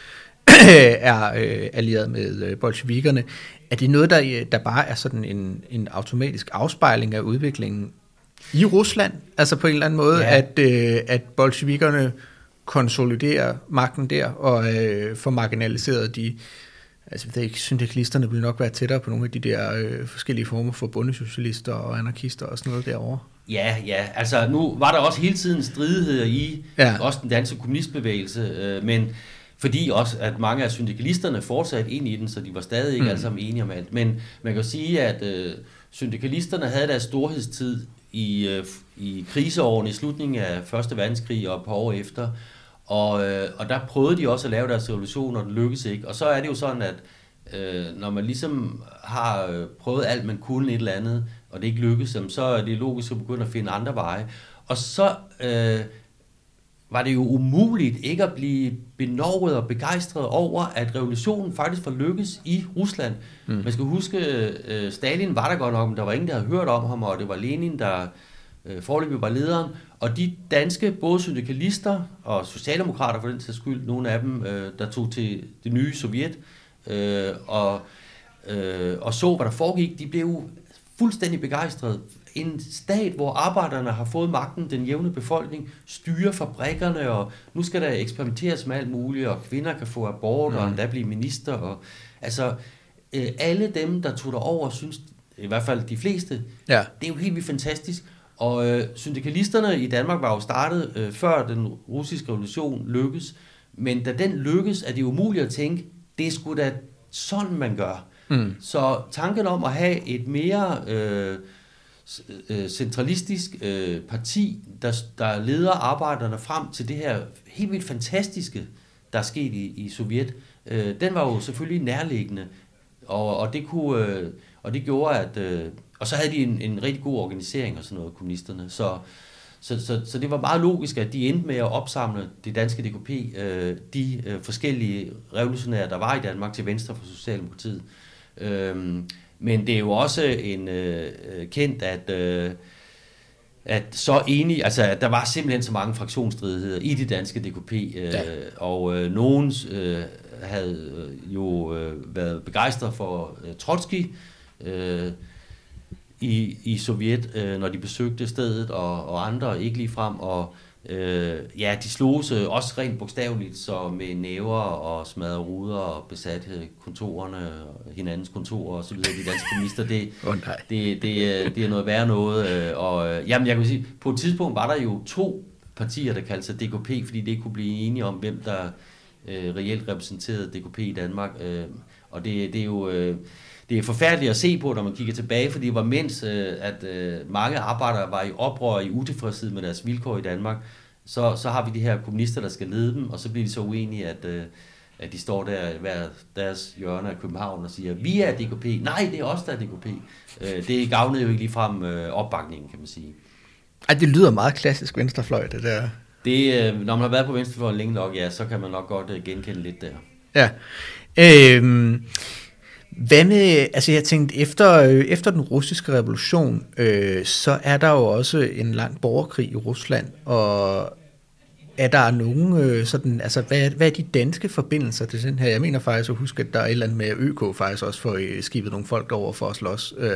er øh, allieret med øh, bolsjevikerne. Er det noget, der, der bare er sådan en, en automatisk afspejling af udviklingen i Rusland? Altså på en eller anden måde, ja. at, øh, at bolsjevikerne konsoliderer magten der, og øh, får marginaliseret de, altså det ikke, syndikalisterne vil nok være tættere på nogle af de der øh, forskellige former for bondesocialister og anarkister og sådan noget derovre. Ja, ja, altså nu var der også hele tiden stridigheder i, ja. også den danske kommunistbevægelse, øh, men fordi også, at mange af syndikalisterne fortsatte ind i den, så de var stadig ikke mm. alle sammen enige om alt. Men man kan jo sige, at øh, syndikalisterne havde deres storhedstid i, øh, i kriseårene i slutningen af første verdenskrig og et par år efter. Og, øh, og der prøvede de også at lave deres revolution, og det lykkedes ikke. Og så er det jo sådan, at øh, når man ligesom har øh, prøvet alt, man kunne et eller andet, og det ikke lykkes, så er det logisk at begynde at finde andre veje. Og så øh, var det jo umuligt ikke at blive benovet og begejstret over, at revolutionen faktisk var lykkes i Rusland. Mm. Man skal huske, uh, Stalin var der godt nok, men der var ingen, der havde hørt om ham, og det var Lenin, der uh, foreløbig var lederen. Og de danske, både syndikalister og socialdemokrater for den sags skyld, nogle af dem, uh, der tog til det nye Sovjet, uh, og, uh, og så, hvad der foregik, de blev fuldstændig begejstrede. En stat, hvor arbejderne har fået magten, den jævne befolkning, styrer fabrikkerne, og nu skal der eksperimenteres med alt muligt, og kvinder kan få abort, mm. og endda blive minister. Og, altså, øh, alle dem, der tog derover, synes, i hvert fald de fleste, ja. Det er jo helt vildt fantastisk. Og øh, syndikalisterne i Danmark var jo startet, øh, før den russiske revolution lykkes, men da den lykkes, er det umuligt at tænke, det er sgu da sådan, man gør. Mm. Så tanken om at have et mere øh, centralistisk øh, parti, der, der leder arbejderne frem til det her helt vildt fantastiske, der er sket i, i Sovjet, øh, den var jo selvfølgelig nærliggende, og, og det kunne, øh, og det gjorde, at øh, og så havde de en, en rigtig god organisering og sådan noget, kommunisterne, så Så, så, så det var meget logisk, at de endte med at opsamle det danske D K P, øh, de øh, forskellige revolutionære, der var i Danmark til venstre for Socialdemokratiet. Øhm, men det er jo også en øh, kendt, at, øh, at så enige, altså at der var simpelthen så mange fraktionsstridigheder i det danske D K P, øh, ja. og øh, nogen øh, havde jo øh, været begejstret for øh, Trotsky, øh, I, i Sovjet, øh, når de besøgte stedet, og, og andre ikke lige frem, og øh, ja, de slog sig også rent bogstaveligt, så med næver og smadrede ruder og besatte kontorerne, hinandens kontorer og så videre, de danske kommunister, det, oh, det, det, det er noget værre noget, øh, og øh, jamen jeg kan sige, på et tidspunkt var der jo to partier, der kaldte sig D K P, fordi det ikke kunne blive enige om, hvem der øh, reelt repræsenterede D K P i Danmark, øh, og det, det er jo øh, det er forfærdeligt at se på, når man kigger tilbage, fordi det var mens, øh, at øh, mange arbejdere var i oprør og i utilfredshed med deres vilkår i Danmark, så, så har vi de her kommunister, der skal lede dem, og så bliver de så uenige, at, øh, at de står der i hver deres hjørne af København og siger, vi er D K P. Nej, det er os, der er D K P. Øh, det gavnede jo ikke ligefrem øh, opbakningen, kan man sige. Ej, det lyder meget klassisk venstrefløj, det der. Det, øh, når man har været på venstrefløj længe nok, ja, så kan man nok godt øh, genkende lidt der. Ja. Øhm Hvad med, altså jeg tænkte, efter, efter den russiske revolution, øh, så er der jo også en lang borgerkrig i Rusland, og er der nogen øh, sådan, altså hvad, hvad er de danske forbindelser til den her? Jeg mener faktisk at huske, at der er et eller andet med, at Ø K faktisk også får skibet nogle folk over for at slås. Øh,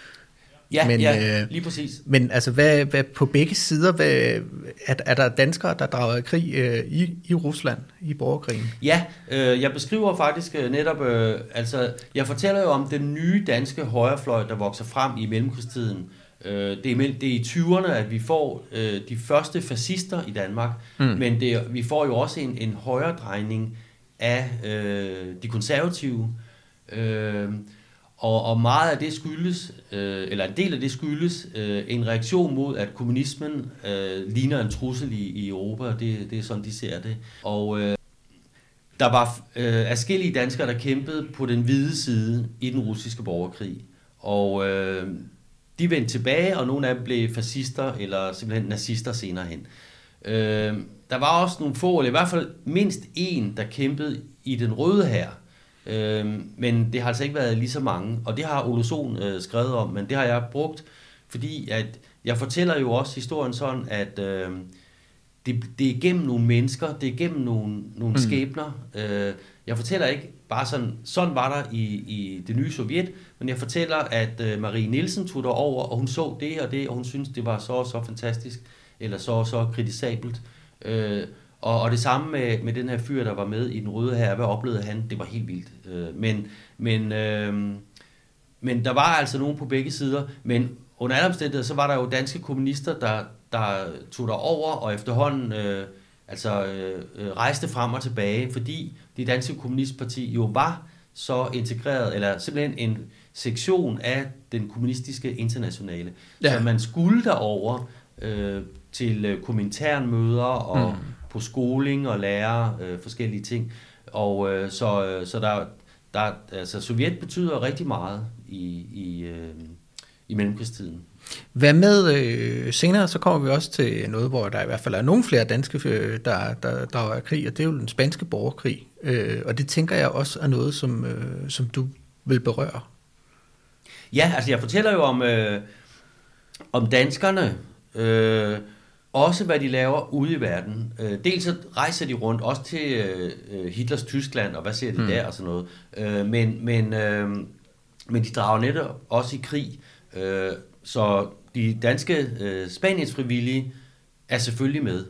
Ja, men, ja, lige præcis. Men altså, hvad, hvad på begge sider, hvad, er, er der danskere, der drager i krig øh, i, i Rusland, i borgerkrigen? Ja, øh, jeg beskriver faktisk øh, netop, øh, altså, jeg fortæller jo om den nye danske højrefløj, der vokser frem i mellemkrigstiden. Øh, det, er, det er i tyverne, at vi får øh, de første fascister i Danmark, mm. men det, vi får jo også en, en højredrejning af øh, de konservative, øh, Og, og meget af det skyldes, øh, eller en del af det skyldes, øh, en reaktion mod, at kommunismen øh, ligner en trussel i, i Europa, det, det er sådan, de ser det. Og øh, der var øh, adskillige danskere, der kæmpede på den hvide side i den russiske borgerkrig. Og øh, de vendte tilbage, og nogle af dem blev fascister, eller simpelthen nazister senere hen. Øh, der var også nogle få, eller i hvert fald mindst en, der kæmpede i den røde hær. Øhm, men det har altså ikke været lige så mange, og det har Ole Sohn øh, skrevet om, men det har jeg brugt, fordi at jeg fortæller jo også historien sådan, at øh, det, det er gennem nogle mennesker, det er gennem nogle, nogle mm. skæbner. Øh, jeg fortæller ikke bare sådan, sådan var der i, i det nye Sovjet, men jeg fortæller, at øh, Marie Nielsen tog derover, og hun så det og det, og hun syntes, det var så og så fantastisk, eller så og så kritisabelt. Øh, Og, og det samme med, med den her fyr, der var med i den røde hær. Hvad oplevede han? Det var helt vildt. Øh, men, men, øh, men der var altså nogen på begge sider. Men under alle omstændigheder, så var der jo danske kommunister, der, der tog derover og efterhånden øh, altså, øh, rejste frem og tilbage, fordi det danske kommunistparti jo var så integreret, eller simpelthen en sektion af den kommunistiske internationale. Ja. Så man skulle derover øh, til øh, kominternmøder og mm. på skoling og lære øh, forskellige ting. Og øh, så, øh, så der, der, altså Sovjet betyder rigtig meget i, i, øh, i mellemkrigstiden. Hvad med, øh, senere så kommer vi også til noget, hvor der i hvert fald er nogle flere danske, øh, der, der drager af krig, og det er jo den spanske borgerkrig. Øh, og det tænker jeg også er noget, som, øh, som du vil berøre. Ja, altså jeg fortæller jo om, øh, om danskerne, øh, også hvad de laver ude i verden. Øh, dels så rejser de rundt, også til øh, Hitlers Tyskland, og hvad ser de hmm. der og sådan noget. Øh, men, men, øh, men de drager netop også i krig. Øh, så de danske øh, Spaniens frivillige er selvfølgelig med.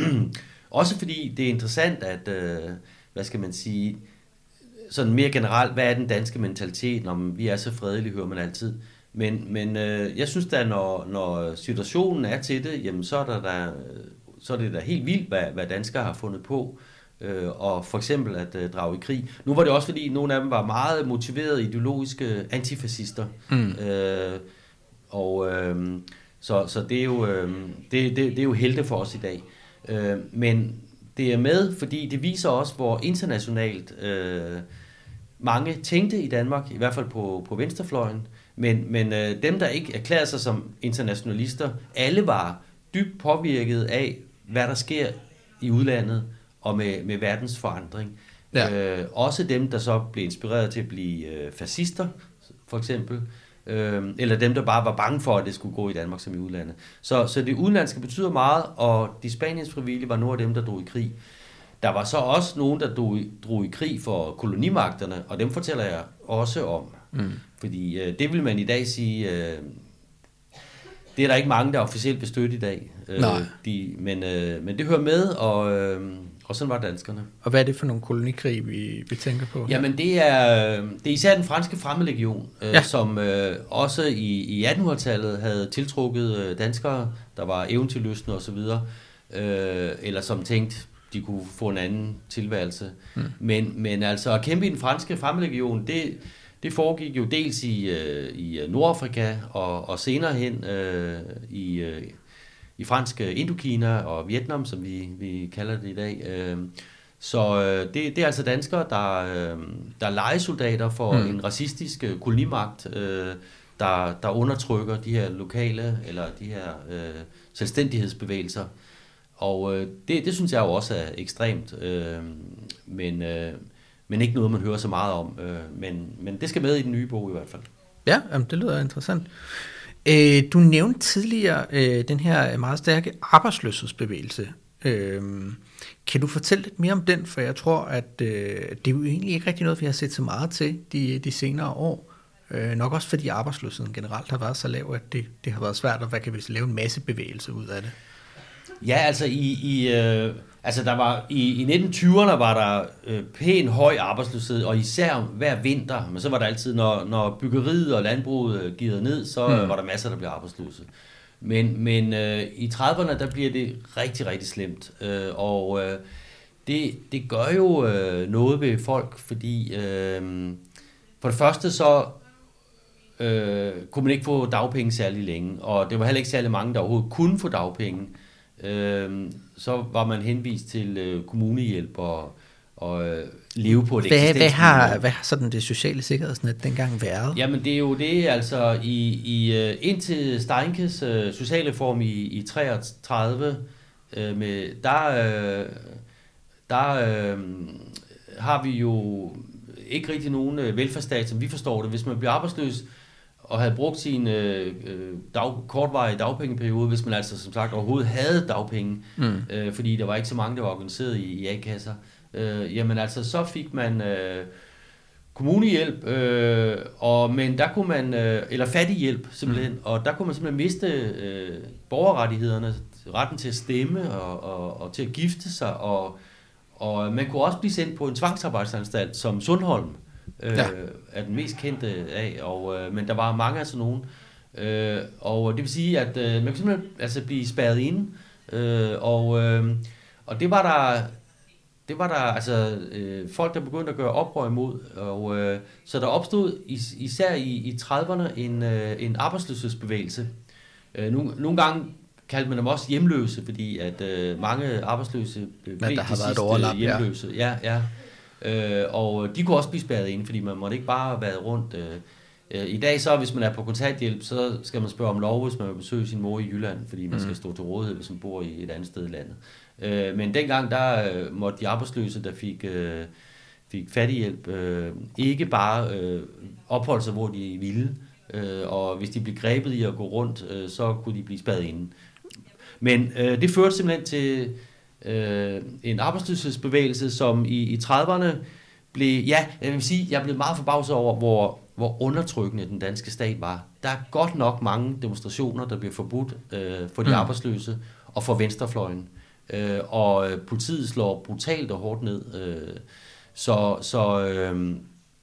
Også fordi det er interessant, at, øh, hvad skal man sige, sådan mere generelt, hvad er den danske mentalitet, når vi er så fredelige, hører man altid. Men, men øh, jeg synes da, når, når situationen er til det, jamen så er, der, der, så er det da helt vildt, hvad, hvad danskere har fundet på. Øh, og for eksempel at øh, drage i krig. Nu var det også, fordi nogle af dem var meget motiverede ideologiske antifascister. Mm. Øh, og øh, så, så det er jo, øh, det, det, det er jo helte for os i dag. Øh, men det er med, fordi det viser også, hvor internationalt øh, mange tænkte i Danmark, i hvert fald på, på venstrefløjen. Men, men øh, dem, der ikke erklærer sig som internationalister, alle var dybt påvirket af, hvad der sker i udlandet og med, med verdens forandring. Ja. Øh, også dem, der så blev inspireret til at blive øh, fascister, for eksempel. Øh, eller dem, der bare var bange for, at det skulle gå i Danmark som i udlandet. Så, så det udenlandske betyder meget, og de Spaniens frivillige var nogle af dem, der drog i krig. Der var så også nogen, der drog, drog i krig for kolonimagterne, og dem fortæller jeg også om. Mm. Fordi øh, det vil man i dag sige, øh, det er der ikke mange, der officielt vil støtte i dag. Øh, de, men, øh, men det hører med, og, øh, og sådan var danskerne. Og hvad er det for nogle kolonikrig, vi, vi tænker på? Jamen det er, det er især den franske fremmedlegion, øh, ja. som øh, også i, i attenhundredetallet havde tiltrukket øh, danskere, der var eventyrlystne osv., øh, eller som tænkte, de kunne få en anden tilværelse. Mm. Men, men altså at kæmpe i den franske fremmedlegion, det, det foregik jo dels i, øh, i Nordafrika, og, og senere hen øh, i, øh, i fransk Indokina og Vietnam, som vi, vi kalder det i dag. Øh, så øh, det, det er altså danskere, der, øh, der er lejesoldater for mm. en racistisk kolonimagt, øh, der, der undertrykker de her lokale, eller de her øh, selvstændighedsbevægelser. Og øh, det, det synes jeg jo også er ekstremt, øh, men, øh, men ikke noget, man hører så meget om. Øh, men, men det skal med i den nye bog i hvert fald. Ja, jamen, det lyder interessant. Øh, du nævnte tidligere øh, den her meget stærke arbejdsløshedsbevægelse. Øh, kan du fortælle lidt mere om den? For jeg tror, at øh, det er jo egentlig ikke rigtig noget, vi har set så meget til de, de senere år. Øh, nok også fordi arbejdsløsheden generelt har været så lav, at det, det har været svært at hvad kan vi, lave en masse bevægelse ud af det. Ja, altså i, i øh, altså der var i, i nitten tyverne var der øh, pæn høj arbejdsløshed, og især hver vinter, men så var der altid, når, når byggeriet og landbruget øh, givet ned, så øh, var der masser, der blev arbejdsløse. Men, men øh, i trediverne, der bliver det rigtig, rigtig slemt, øh, og øh, det, det gør jo øh, noget ved folk, fordi øh, for det første så øh, kunne man ikke få dagpenge særlig længe, og det var heller ikke særlig mange, der overhovedet kunne få dagpenge. Øh, så var man henvist til øh, kommunehjælp og, og øh, leve på et hvad, hvad har Hvad har sådan det sociale sikkerhedsnet dengang været? Jamen det er jo det, altså i, i, indtil Steinkes øh, socialreform i, i treogtredive, øh, med, der, øh, der øh, har vi jo ikke rigtig nogen øh, velfærdsstat, som vi forstår det. Hvis man bliver arbejdsløs og havde brugt sin øh, dag, kortvarige dagpengeperiode, hvis man altså som sagt overhovedet havde dagpenge, mm. øh, fordi der var ikke så mange, der var organiseret i, i A-kasser, øh, jamen altså så fik man øh, kommunehjælp, øh, og, men der kunne man, øh, eller fattighjælp simpelthen, mm. og der kunne man simpelthen miste øh, borgerrettighederne, retten til at stemme og, og, og til at gifte sig, og, og man kunne også blive sendt på en tvangsarbejdsanstalt som Sundholm, Øh, ja. er den mest kendte af, og, øh, men der var mange af sådan nogen, øh, og det vil sige, at øh, man kunne simpelthen altså blive spærret inde, øh, og, øh, og det var der, det var der altså øh, folk, der begyndte at gøre oprør imod, og øh, så der opstod is, især i, i trediverne en, øh, en arbejdsløshedsbevægelse. Øh, nogle, nogle gange kaldte man dem også hjemløse, fordi at øh, mange arbejdsløse blev Men der har været et overlap, hjemløse. Ja, ja. Øh, og de kunne også blive spærret inde, fordi man måtte ikke bare være rundt. Øh, I dag så, hvis man er på kontanthjælp, så skal man spørge om lov, hvis man vil besøge sin mor i Jylland, fordi man skal stå til rådighed, hvis man bor i et andet sted i landet. Men dengang, der måtte de arbejdsløse, der fik, fik fattighjælp, ikke bare opholde sig, hvor de ville, og hvis de blev grebet i at gå rundt, så kunne de blive spærret inde. Men det førte simpelthen til en arbejdsløshedsbevægelse, som i, i trediverne blev, ja, jeg vil sige, jeg blev meget forbavset over, hvor hvor undertrykkende den danske stat var. Der er godt nok mange demonstrationer, der bliver forbudt øh, for de mm. arbejdsløse og for venstrefløjen. Øh, og politiet slår brutalt og hårdt ned. Øh, så så øh,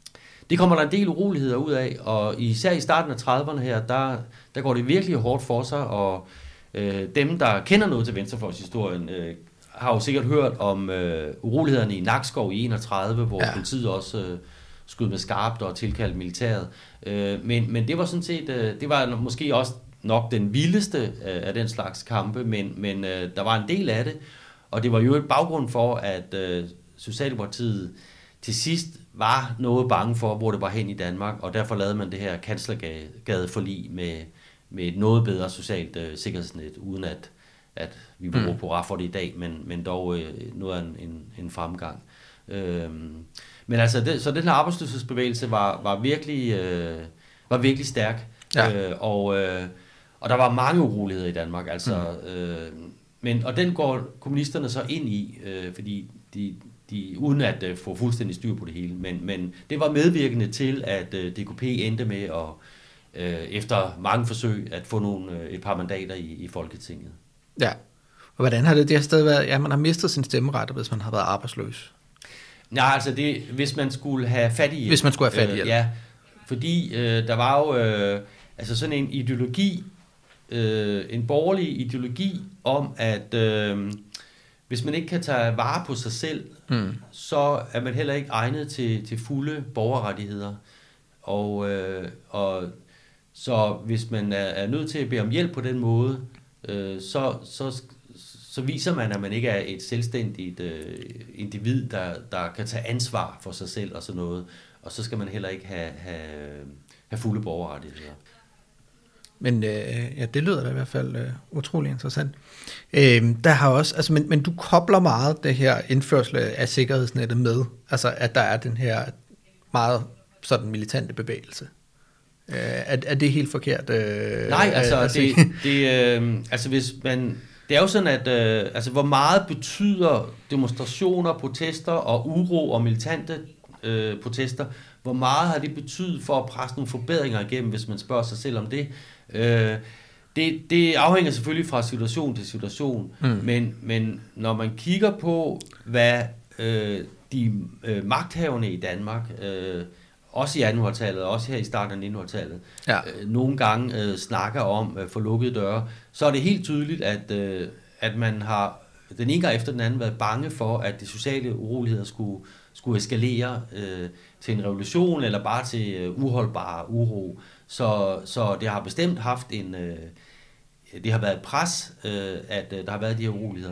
det kommer der en del uroligheder ud af, og især i starten af trediverne her, der, der går det virkelig hårdt for sig, og øh, dem, der kender noget til venstrefløjshistorien, øh, har jo sikkert hørt om øh, urolighederne i Nakskov i enogtredive, hvor ja. politiet også øh, skød med skarpt og tilkaldt militæret. Øh, men, men det var sådan set, øh, det var måske også nok den vildeste øh, af den slags kampe, men, men øh, der var en del af det, og det var jo et baggrund for, at øh, Socialdemokratiet til sidst var noget bange for, hvor det var hen i Danmark, og derfor lavede man det her kanslergadeforlig med, med et noget bedre socialt øh, sikkerhedsnet, uden at, at vi bruger mm. på ret for det i dag, men, men dog øh, noget af en, en, en fremgang. Øh, Men altså, det, så den her arbejdsløshedsbevægelse var, var, virkelig, øh, var virkelig stærk, ja. øh, og, øh, og der var mange uroligheder i Danmark, altså, mm. øh, men, og den går kommunisterne så ind i, øh, fordi de, de, uden at øh, få fuldstændig styr på det hele, men, men det var medvirkende til, at øh, D K P endte med at, øh, efter mange forsøg, at få nogle, øh, et par mandater i, i Folketinget. Ja, og hvordan har det det her sted været? Ja, man har mistet sin stemmeret, hvis man har været arbejdsløs. Nej, altså det, hvis man skulle have fattighjælp. Hvis man skulle have fattighjælp. Øh, ja, fordi øh, der var jo øh, altså sådan en ideologi, øh, en borgerlig ideologi om, at øh, hvis man ikke kan tage vare på sig selv, mm. så er man heller ikke egnet til, til fulde borgerrettigheder. Og, øh, og så hvis man er, er nødt til at bede om hjælp på den måde, øh, så, så så viser man, at man ikke er et selvstændigt øh, individ, der, der kan tage ansvar for sig selv og sådan noget. Og så skal man heller ikke have, have, have fulde borgerrettigheder. Men øh, ja, det lyder da i hvert fald øh, utrolig interessant. Øh, der har også, altså, men, men du kobler meget det her indførsel af sikkerhedsnettet med, altså at der er den her meget sådan militante bevægelse. Øh, er, er det helt forkert? Øh, Nej, altså, øh, det, det, øh, altså hvis man... Det er jo sådan, at øh, altså, hvor meget betyder demonstrationer, protester og uro og militante øh, protester, hvor meget har det betydet for at presse nogle forbedringer igennem, hvis man spørger sig selv om det? Øh, det, det afhænger selvfølgelig fra situation til situation, mm. men, men når man kigger på, hvad øh, de øh, magthavende i Danmark, øh, også i attenhundredetallet, og også her i starten af nittenhundredetallet, ja. øh, nogle gange øh, snakker om øh, for lukkede døre, så er det helt tydeligt, at, øh, at man har den ene gang efter den anden været bange for, at de sociale uroligheder skulle, skulle eskalere øh, til en revolution, eller bare til øh, uholdbar uro. Så, så det har bestemt haft en... Øh, det har været et pres, øh, at øh, der har været de her uroligheder.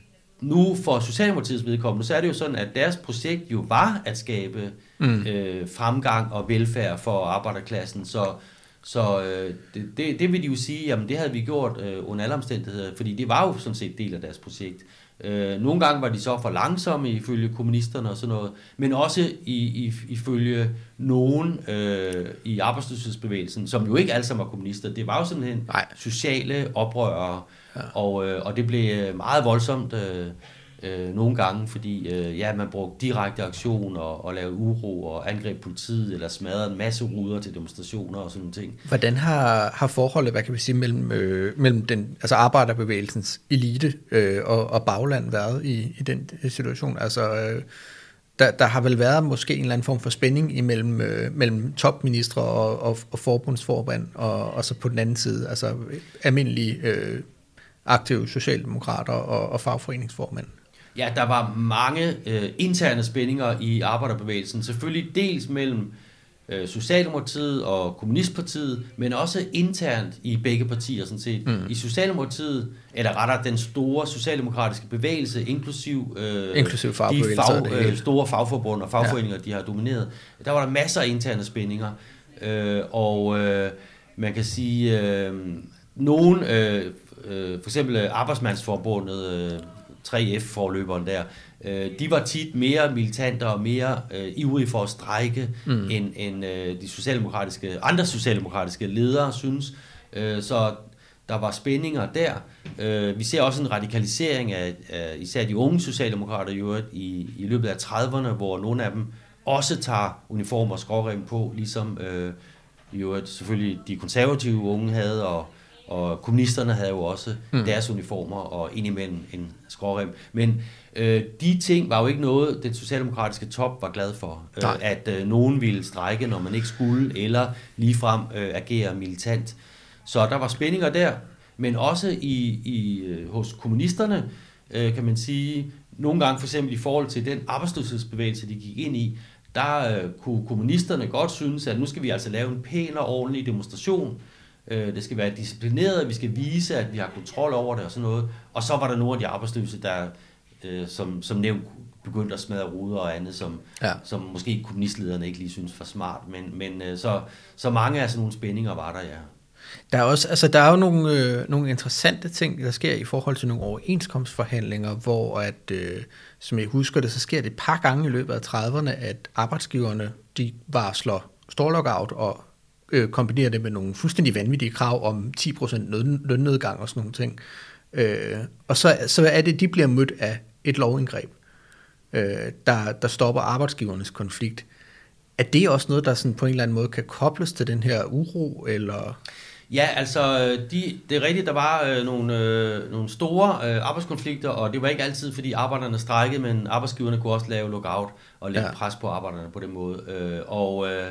Nu for Socialdemokratiets vedkommende, så er det jo sådan, at deres projekt jo var at skabe mm. øh, fremgang og velfærd for arbejderklassen. Så, så øh, det, det, det vil de jo sige, jamen det havde vi gjort øh, under alle omstændigheder, fordi det var jo sådan set del af deres projekt. Øh, nogle gange var de så for langsomme ifølge kommunisterne og sådan noget, men også i, i, ifølge nogen øh, i arbejdsløshedsbevægelsen, som jo ikke alle sammen var kommunister. Det var jo simpelthen Nej. sociale oprørere, ja. og, øh, og det blev meget voldsomt øh, øh, nogle gange, fordi øh, ja, man brugte direkte aktion og, og lavede uro og angreb politiet, eller smadrede en masse ruder til demonstrationer og sådan nogle ting. Hvordan har, har forholdet, hvad kan vi sige, mellem, øh, mellem den, altså arbejderbevægelsens elite øh, og, og bagland været i, i den situation? Altså, øh, der, der har vel været måske en eller anden form for spænding imellem øh, mellem topministre og, og, og forbundsformand, og, og så på den anden side, altså almindelige øh, aktive socialdemokrater og, og fagforeningsformand. Ja, der var mange øh, interne spændinger i arbejderbevægelsen. Selvfølgelig dels mellem øh, Socialdemokratiet og Kommunistpartiet, men også internt i begge partier sådan set. Mm. I Socialdemokratiet, eller rettere den store socialdemokratiske bevægelse, inklusiv, øh, inklusiv de fag, øh, store fagforbund og fagforeninger, ja. de har domineret, der var der masser af interne spændinger. øh, og øh, man kan sige, øh, nogen, øh, øh, for eksempel Arbejdsmandsforbundet, øh, tre F-forløberen der, øh, de var tit mere militante og mere øh, ivrige for at strejke, mm. end, end øh, de socialdemokratiske, andre socialdemokratiske ledere synes. Øh, så der var spændinger der. Øh, vi ser også en radikalisering af, af især de unge socialdemokrater i, øvrigt, i, i løbet af trediverne, hvor nogle af dem også tager uniformer og skrårem på, ligesom øh, i øvrigt selvfølgelig de konservative unge havde, og, og kommunisterne havde jo også mm. deres uniformer, og indimellem en skrårem. Men øh, de ting var jo ikke noget, den socialdemokratiske top var glad for. Øh, at øh, nogen ville strejke, når man ikke skulle, eller ligefrem øh, agere militant. Så der var spændinger der, men også i, i, hos kommunisterne, øh, kan man sige, nogle gange for eksempel i forhold til den arbejdsløshedsbevægelse, de gik ind i, der øh, kunne kommunisterne godt synes, at nu skal vi altså lave en pæn og ordentlig demonstration. Øh, det skal være disciplineret, vi skal vise, at vi har kontrol over det og sådan noget. Og så var der nogle af de arbejdsløse, der øh, som, som nævnt begyndte at smadre ruder og andet, som, ja. som måske kommunistlederne ikke lige synes var smart. Men, men øh, så, så mange af sådan nogle spændinger var der, ja. Der er også, altså der er jo nogle, øh, nogle interessante ting, der sker i forhold til nogle overenskomstforhandlinger, hvor at, øh, som jeg husker det, så sker det et par gange i løbet af trediverne, at arbejdsgiverne, de varsler storlockout og øh, kombinerer det med nogle fuldstændig vanvittige krav om ti procent lønnedgang og sådan nogle ting. Øh, og så, så er det, de bliver mødt af et lovindgreb, øh, der, der stopper arbejdsgivernes konflikt. Er det også noget, der sådan på en eller anden måde kan kobles til den her uro, eller? Ja, altså, de, det er rigtigt, der var øh, nogle, øh, nogle store øh, arbejdskonflikter, og det var ikke altid, fordi arbejderne strejkede, men arbejdsgiverne kunne også lave lockout og lægge ja. pres på arbejderne på den måde. Øh, og øh,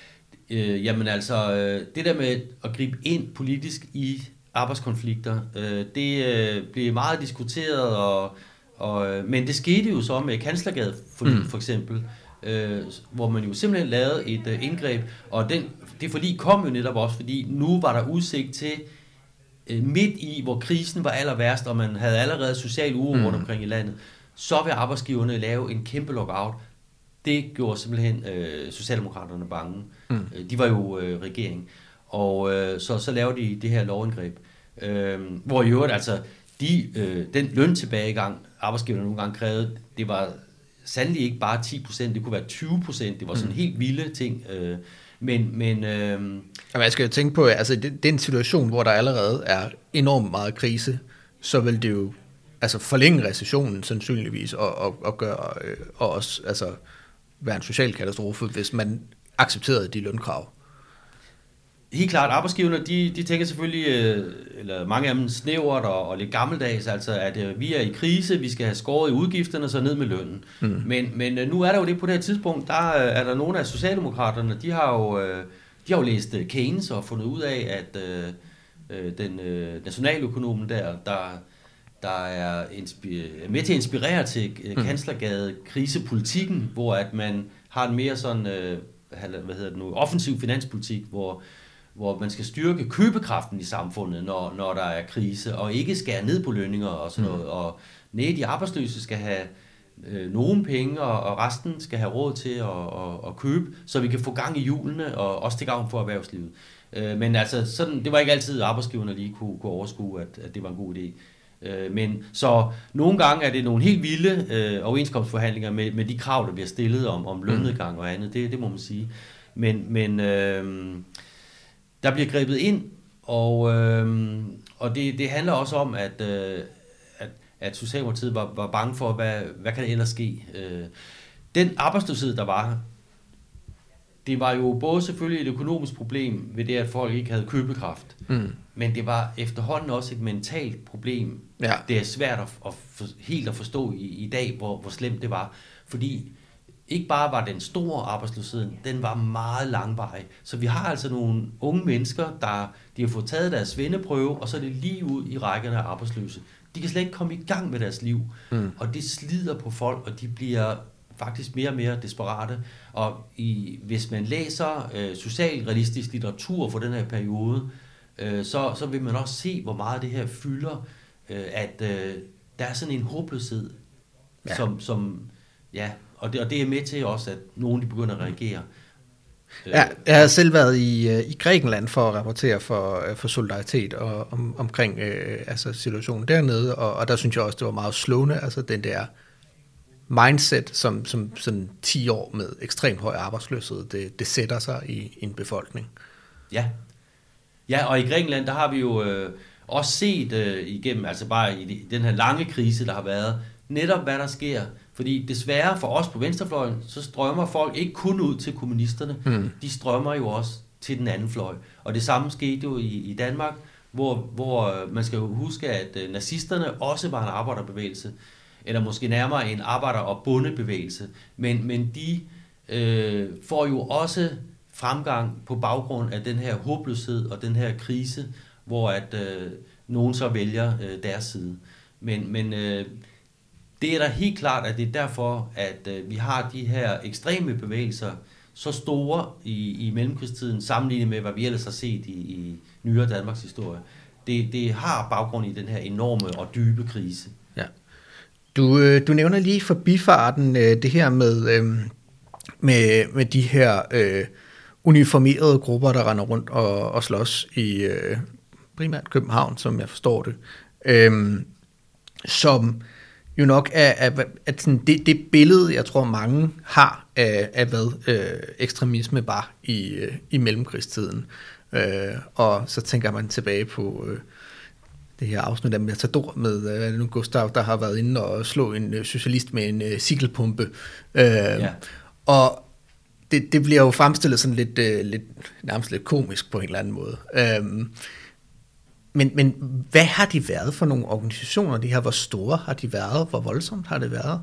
øh, jamen altså, øh, det der med at gribe ind politisk i arbejdskonflikter, øh, det øh, blev meget diskuteret, og, og, men det skete jo så med Kanslergade for, mm. for eksempel, øh, hvor man jo simpelthen lavede et øh, indgreb, og den, det forlig kom jo netop også, fordi nu var der udsigt til, øh, midt i, hvor krisen var aller værst, og man havde allerede social uro mm. rundt omkring i landet, så vil arbejdsgiverne lave en kæmpe lockout. Det gjorde simpelthen øh, Socialdemokraterne bange. Mm. De var jo øh, regering. Og øh, så, så lavede de det her lovindgreb. Øh, hvor i øvrigt, altså, de, øh, den løntilbagegang, arbejdsgiverne nogle gange krævede, det var sandelig ikke bare ti procent, det kunne være tyve procent. Det var sådan en mm. helt vilde ting. Øh, men... men øh, Jamen, jeg skal jo tænke på, altså det, det er en situation, hvor der allerede er enormt meget krise, så vil det jo altså forlænge recessionen sandsynligvis, og, og, og gøre, øh, og også altså, være en social katastrofe, hvis man accepterede de lønkrav. Helt klart, arbejdsgiverne, de, de tænker selvfølgelig, øh, eller mange af dem snævert og, og lidt gammeldags, altså at øh, vi er i krise, vi skal have skåret i udgifterne, så ned med lønnen. Mm. Men, men øh, nu er der jo det på det her tidspunkt, der øh, er der nogle af socialdemokraterne, de har jo, øh, de har jo læst øh, Keynes og fundet ud af, at øh, den øh, nationaløkonomen der, der, der er inspi- med til at inspirere til øh, Kanslergade krisepolitikken, hvor at man har en mere sådan, øh, hvad hedder det nu, offensiv finanspolitik, hvor hvor man skal styrke købekraften i samfundet, når, når der er krise, og ikke skære ned på lønninger og sådan noget. Mm. Og nej, de arbejdsløse skal have øh, nogle penge, og, og resten skal have råd til at, at, at købe, så vi kan få gang i hjulene, og også til gavn for erhvervslivet. Øh, men altså, sådan, det var ikke altid, arbejdsgiverne lige kunne, kunne overskue, at, at det var en god idé. Øh, men så nogle gange er det nogle helt vilde øh, overenskomstforhandlinger med, med de krav, der bliver stillet om, om lønnedgang og andet, det, det må man sige. Men... men øh, der bliver grebet ind, og, øh, og det, det handler også om, at, øh, at, at Socialdemokratiet var, var bange for, hvad, hvad kan der ellers ske. Øh, den arbejdsløshed, der var, det var jo både selvfølgelig et økonomisk problem ved det, at folk ikke havde købekraft, mm. men det var efterhånden også et mentalt problem. Ja. Det er svært at, at for, helt at forstå i, i dag, hvor, hvor slemt det var, fordi ikke bare var den store arbejdsløshed, den var meget langvarig. Så vi har altså nogle unge mennesker, der de har fået taget deres svendeprøve, og så er det lige ud i rækkerne af arbejdsløse. De kan slet ikke komme i gang med deres liv, mm. og det slider på folk, og de bliver faktisk mere og mere desperate. Og i, hvis man læser øh, socialrealistisk litteratur for den her periode, øh, så, så vil man også se, hvor meget det her fylder, øh, at øh, der er sådan en håbløshed, ja. som... som ja, Og det, og det er med til også, at nogen de begynder at reagere. Ja, jeg har selv været i, i Grækenland for at rapportere for, for Solidaritet og om, omkring øh, altså situationen dernede, og, og der synes jeg også, det var meget slående, altså den der mindset, som, som sådan ti år med ekstremt høj arbejdsløshed, det, det sætter sig i, i en befolkning. Ja. Ja, og i Grækenland, der har vi jo øh, også set øh, igennem, altså bare i den her lange krise, der har været, netop hvad der sker. Fordi desværre for os på venstrefløjen, så strømmer folk ikke kun ud til kommunisterne, mm. de strømmer jo også til den anden fløj. Og det samme skete jo i, i Danmark, hvor, hvor man skal jo huske, at nazisterne også var en arbejderbevægelse, eller måske nærmere en arbejder- og bondebevægelse. Men, men de øh, får jo også fremgang på baggrund af den her håbløshed og den her krise, hvor at øh, nogen så vælger øh, deres side. Men, men øh, det er da helt klart, at det er derfor, at øh, vi har de her ekstreme bevægelser så store i, i mellemkrigstiden, sammenlignet med, hvad vi ellers har set i, i nyere Danmarks historie. Det, det har baggrund i den her enorme og dybe krise. Ja. Du, øh, du nævner lige forbifarten øh, det her med, øh, med, med de her øh, uniformerede grupper, der render rundt og, og slås i øh, primært København, som jeg forstår det, øh, som jo nok er, er, er sådan det, det billede, jeg tror mange har af, af hvad øh, ekstremisme var i, øh, i mellemkrigstiden. Øh, og så tænker man tilbage på øh, det her afsnit af Matador med øh, nu Gustav, der har været inde og slå en øh, socialist med en øh, sikkelpumpe. Øh, ja. Og det, det bliver jo fremstillet sådan lidt, øh, lidt, nærmest lidt komisk på en eller anden måde. Øh, Men, men hvad har de været for nogle organisationer? De her, hvor store har de været? Hvor voldsomt har det været?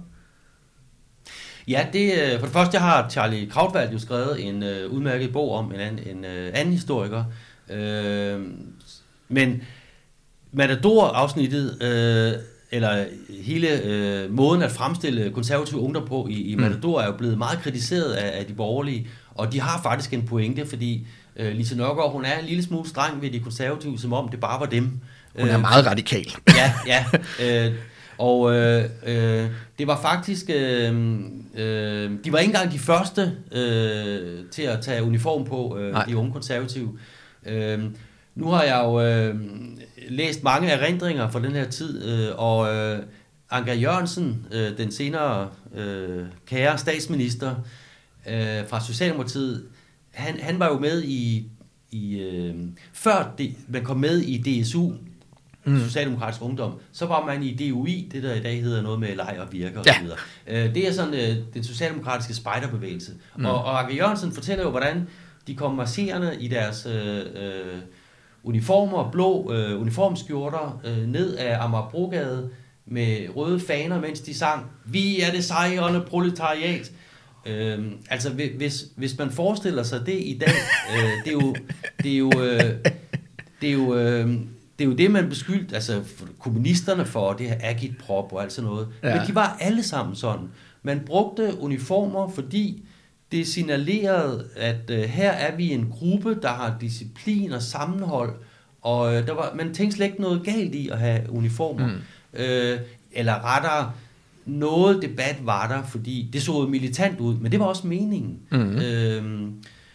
Ja, det, for det første har Charlie Krautwald jo skrevet en uh, udmærket bog om en anden, en, uh, anden historiker. Uh, men Matador-afsnittet, uh, eller hele uh, måden at fremstille konservative ungdom på i, i Matador, er jo blevet meget kritiseret af, af de borgerlige. Og de har faktisk en pointe, fordi uh, Lise Nørgaard, hun er en lille smule streng ved de konservative, som om det bare var dem. Hun er meget radikal. Ja, ja. Uh, og øh, øh, det var faktisk, øh, øh, de var ikke engang de første øh, til at tage uniform på, øh, de unge konservative. Øh, nu har jeg jo øh, læst mange erindringer fra den her tid, øh, og øh, Anker Jørgensen, øh, den senere øh, kære statsminister øh, fra Socialdemokratiet, han, han var jo med i, i øh, før det, man kom med i D S U, Mm. Socialdemokratisk Ungdom, så var man i D U I, det der i dag hedder noget med leg og virke og ja. så videre. Øh, det er sådan øh, den socialdemokratiske spejderbevægelse. Mm. Og, og Anker Jørgensen fortæller jo, hvordan de kom marcherende i deres øh, øh, uniformer, blå øh, uniformskjorter, øh, ned af Amagerbrogade med røde faner, mens de sang, vi er det sejrende proletariat. Øh, altså, hvis, hvis man forestiller sig det i dag, øh, det er jo... Det er jo, øh, det er jo øh, Det er jo det, man beskyldte, altså kommunisterne for, det her agitprop og alt sådan noget. Ja. Men de var alle sammen sådan. Man brugte uniformer, fordi det signalerede, at uh, her er vi en gruppe, der har disciplin og sammenhold, og uh, der var, man tænkte slet ikke noget galt i at have uniformer. Mm. Uh, eller rettere, noget debat var der, fordi det så jo militant ud, men det var også meningen. Mm. Uh,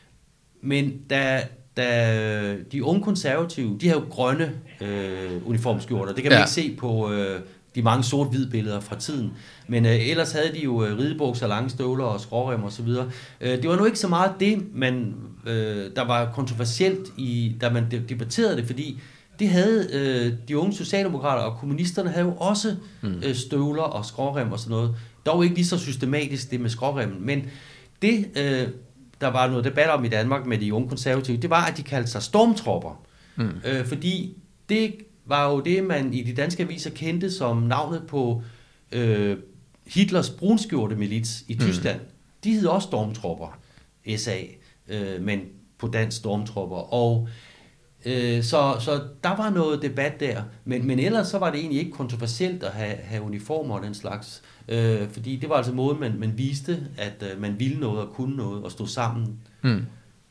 men da... da de unge konservative, de har jo grønne øh, uniformskjorter. Det kan man ja. ikke se på øh, de mange sort-hvide billeder fra tiden. Men øh, ellers havde de jo øh, ridebukser, lange støvler og skrårem og så videre. Øh, det var nu ikke så meget det, man, øh, der var kontroversielt, i, da man debatterede det, fordi det havde øh, de unge socialdemokrater og kommunisterne havde jo også øh, støvler og skrårem og sådan noget. Dog ikke lige så systematisk det med skråremmen, men det... Øh, der var noget debat om i Danmark med de unge konservative, det var, at de kaldte sig stormtropper. Mm. Øh, fordi det var jo det, man i de danske aviser kendte som navnet på øh, Hitlers brunskjorte milits i Tyskland. Mm. De hed også stormtropper, S A, øh, men på dansk stormtropper. Og øh, så, så der var noget debat der, men, men ellers så var det egentlig ikke kontroversielt at have, have uniformer og den slags. Øh, fordi det var altså måden, man, man viste, at øh, man ville noget og kunne noget og stå sammen. Hmm.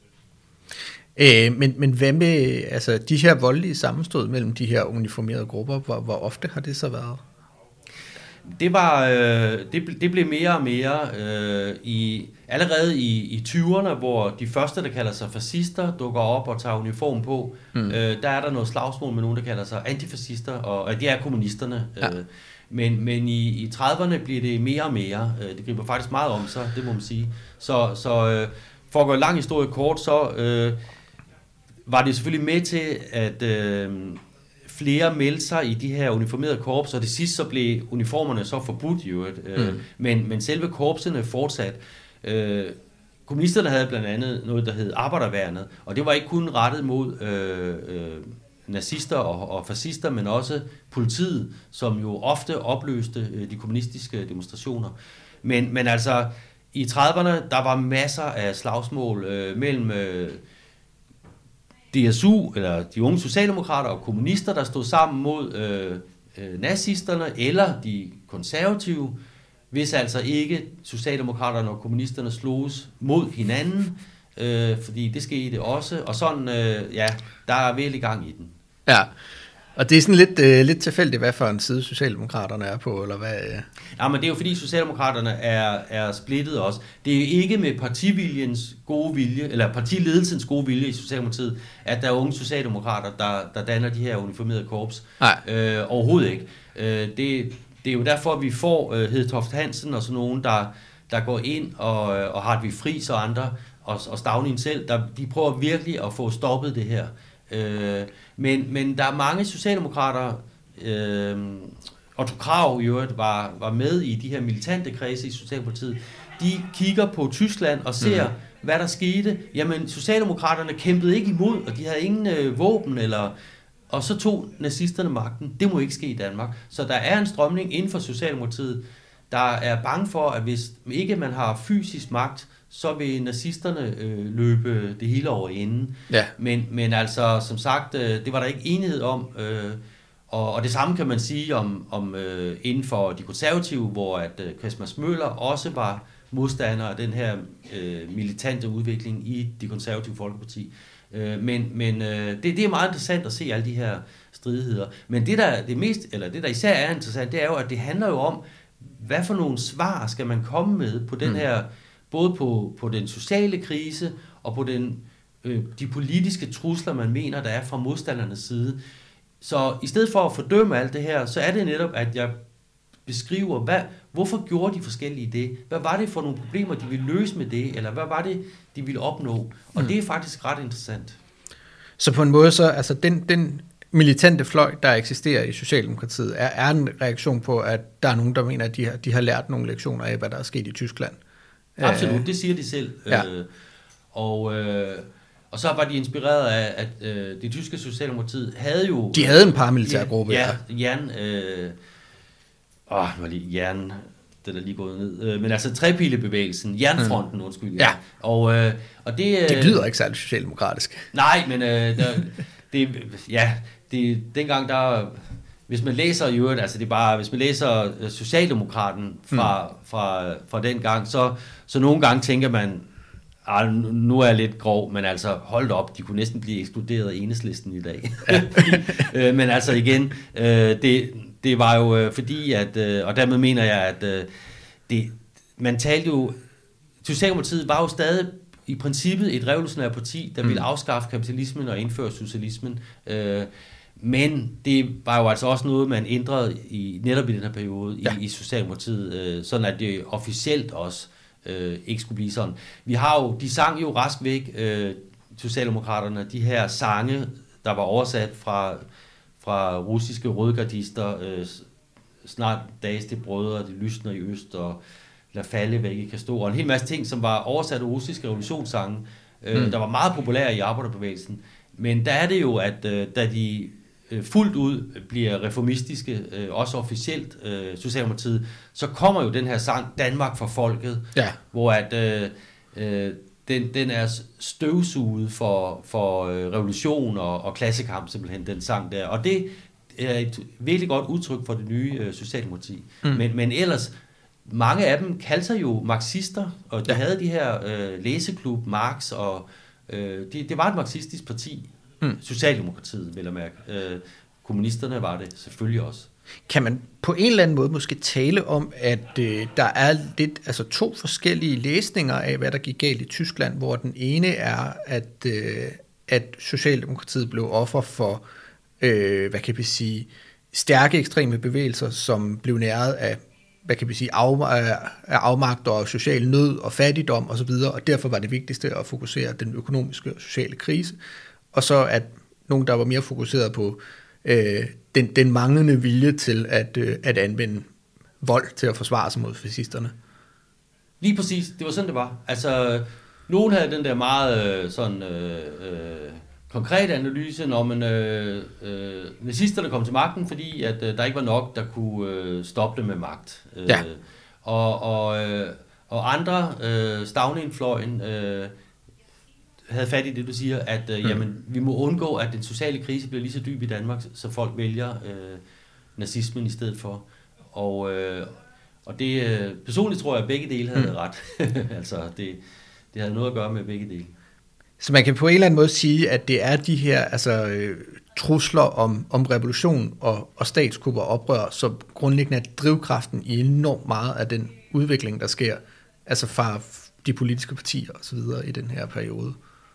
Øh, men, men hvad med altså, de her voldelige sammenstød mellem de her uniformerede grupper, hvor, hvor ofte har det så været? det var øh, det, det blev mere og mere øh, i allerede i, i tyverne, hvor de første, der kalder sig fascister, dukker op og tager uniform på. Mm. Øh, der er der noget slagsmål med nogen, der kalder sig antifascister, og, og de er kommunisterne. Ja. Øh, men men i, i trediverne bliver det mere og mere. Øh, det griber faktisk meget om sig, det må man sige. Så, så øh, for at gå en lang historie kort, så øh, var det selvfølgelig med til, at øh, flere meldte sig i de her uniformerede korps, og det sidste så blev uniformerne så forbudt i øvrigt. Øh, mm. men, men selve korpsene fortsat. Øh, kommunisterne havde blandt andet noget, der hed Arbejderværnet, og det var ikke kun rettet mod øh, øh, nazister og, og fascister, men også politiet, som jo ofte opløste øh, de kommunistiske demonstrationer. Men, men altså, i trediverne, der var masser af slagsmål øh, mellem øh, D S U, eller de unge socialdemokrater og kommunister, der stod sammen mod øh, øh, nazisterne, eller de konservative, hvis altså ikke socialdemokraterne og kommunisterne sloges mod hinanden, øh, fordi det skete også, og sådan, øh, ja, der er vel i gang i den. Ja, og det er sådan lidt, øh, lidt tilfældigt, hvad for en side socialdemokraterne er på, eller hvad? Øh? Ja, men det er jo fordi socialdemokraterne er, er splittet også. Det er jo ikke med partiviljens gode vilje, eller partiledelsens gode vilje i Socialdemokratiet, at der er unge socialdemokrater, der, der danner de her uniformerede korps. Nej. Øh, overhovedet ikke. Øh, det Det er jo derfor, at vi får uh, Hedtoft Hansen og sådan nogen, der, der går ind, og, og Hartwig Friis og andre, og, og Stauning selv, der, de prøver virkelig at få stoppet det her. Uh, men, men der er mange socialdemokrater, uh, Otto Krag i øvrigt var, var med i de her militante kredse i Socialdemokratiet, de kigger på Tyskland og ser, mm. hvad der skete. Jamen, socialdemokraterne kæmpede ikke imod, og de havde ingen uh, våben eller... Og så tog nazisterne magten. Det må ikke ske i Danmark. Så der er en strømning inden for Socialdemokratiet, der er bange for, at hvis ikke man har fysisk magt, så vil nazisterne øh, løbe det hele over inden. Ja. Men, men altså, som sagt, øh, det var der ikke enighed om. Øh, og, og det samme kan man sige om, om øh, inden for de konservative, hvor at øh, Christmas Møller også var modstander af den her øh, militante udvikling i de konservative Folkeparti. Men, men det, det er meget interessant at se alle de her stridigheder. Men det der, det mest, eller det der især er interessant, det er jo, at det handler jo om, hvad for nogle svar skal man komme med på den her, både på, på den sociale krise og på den, øh, de politiske trusler, man mener, der er fra modstandernes side. Så i stedet for at fordømme alt det her, så er det netop, at jeg beskriver, hvad, hvorfor gjorde de forskellige det? Hvad var det for nogle problemer, de ville løse med det? Eller hvad var det, de ville opnå? Og mm. det er faktisk ret interessant. Så på en måde, så altså den, den militante fløj, der eksisterer i Socialdemokratiet, er, er en reaktion på, at der er nogen, der mener, at de har, de har lært nogle lektioner af, hvad der er sket i Tyskland? Absolut, det siger de selv. Ja. Øh, og... Øh, Og så var de inspireret af, at øh, det tyske Socialdemokratiet havde jo... De havde en paramilitær gruppe. Ja, Jern... Øh, åh, nu var lige Jern... Det der lige gået ned. Øh, men altså trepilebevægelsen, Jernfronten, mm. undskyld. Ja. Og, øh, og det... Øh, det lyder ikke særlig socialdemokratisk. Nej, men øh, der, det... Ja, det, dengang der... Hvis man læser i øvrigt, altså det er bare... Hvis man læser Socialdemokraten fra, mm. fra, fra den gang, så, så nogle gange tænker man... Ah, nu er jeg lidt grov, men altså hold op, de kunne næsten blive ekskluderet af Enhedslisten i dag. øh, men altså igen, øh, det, det var jo øh, fordi, at, øh, og dermed mener jeg, at øh, det, man talte jo, Socialdemokratiet var jo stadig i princippet et revolutionært parti, der ville afskaffe kapitalismen og indføre socialismen. Øh, men det var jo altså også noget, man ændrede i, netop i den her periode ja. i, i Socialdemokratiet, øh, sådan at det officielt også Øh, ikke skulle blive sådan. Vi har jo, de sang jo rask væk, øh, Socialdemokraterne, de her sange, der var oversat fra, fra russiske rødgardister, øh, snart dages det brødre, det lysner i øst, og lad falde væk i kan stå, og en hel masse ting, som var oversat af russiske revolutionssange, øh, mm. der var meget populære i arbejderbevægelsen. Men der er det jo, at øh, da de fuldt ud bliver reformistiske, øh, også officielt, øh, Socialdemokratiet, så kommer jo den her sang, Danmark for folket, ja. hvor at, øh, øh, den, den er støvsuget for, for øh, revolution og, og klassekamp, simpelthen, den sang der. Og det er et virkelig godt udtryk for det nye øh, Socialdemokrati. Mm. Men, men ellers, mange af dem kaldte sig jo marxister, og de ja. havde de her øh, læseklub, Marx, og øh, det, det var et marxistisk parti. Mm. Socialdemokratiet, vil jeg mærke. Øh, kommunisterne var det selvfølgelig også. Kan man på en eller anden måde måske tale om, at øh, der er lidt, altså to forskellige læsninger af, hvad der gik galt i Tyskland, hvor den ene er, at, øh, at Socialdemokratiet blev offer for, øh, hvad kan vi sige, stærke ekstreme bevægelser, som blev næret af, hvad kan vi sige, af, af afmagt og social nød og fattigdom osv., og, og derfor var det vigtigste at fokusere den økonomiske og sociale krise, og så at nogen, der var mere fokuseret på øh, den, den manglende vilje til at, øh, at anvende vold til at forsvare sig mod fascisterne. Lige præcis, det var sådan, det var. Altså, nogen havde den der meget øh, sådan øh, øh, konkrete analyse, når man øh, øh, nazisterne kom til magten, fordi at øh, der ikke var nok, der kunne øh, stoppe dem med magt. Øh, ja. Og, og, øh, og andre, øh, Stauning-fløjen, øh, havde fat i det, du siger, at øh, mm. jamen, vi må undgå, at den sociale krise bliver lige så dyb i Danmark, så folk vælger øh, nazismen i stedet for. Og, øh, og det, øh, personligt tror jeg, at begge dele havde mm. ret. altså, det, det havde noget at gøre med begge dele. Så man kan på en eller anden måde sige, at det er de her altså, øh, trusler om, om revolution og, og statskup og oprør, som grundlæggende er drivkraften i enormt meget af den udvikling, der sker, altså fra de politiske partier og så videre i den her periode.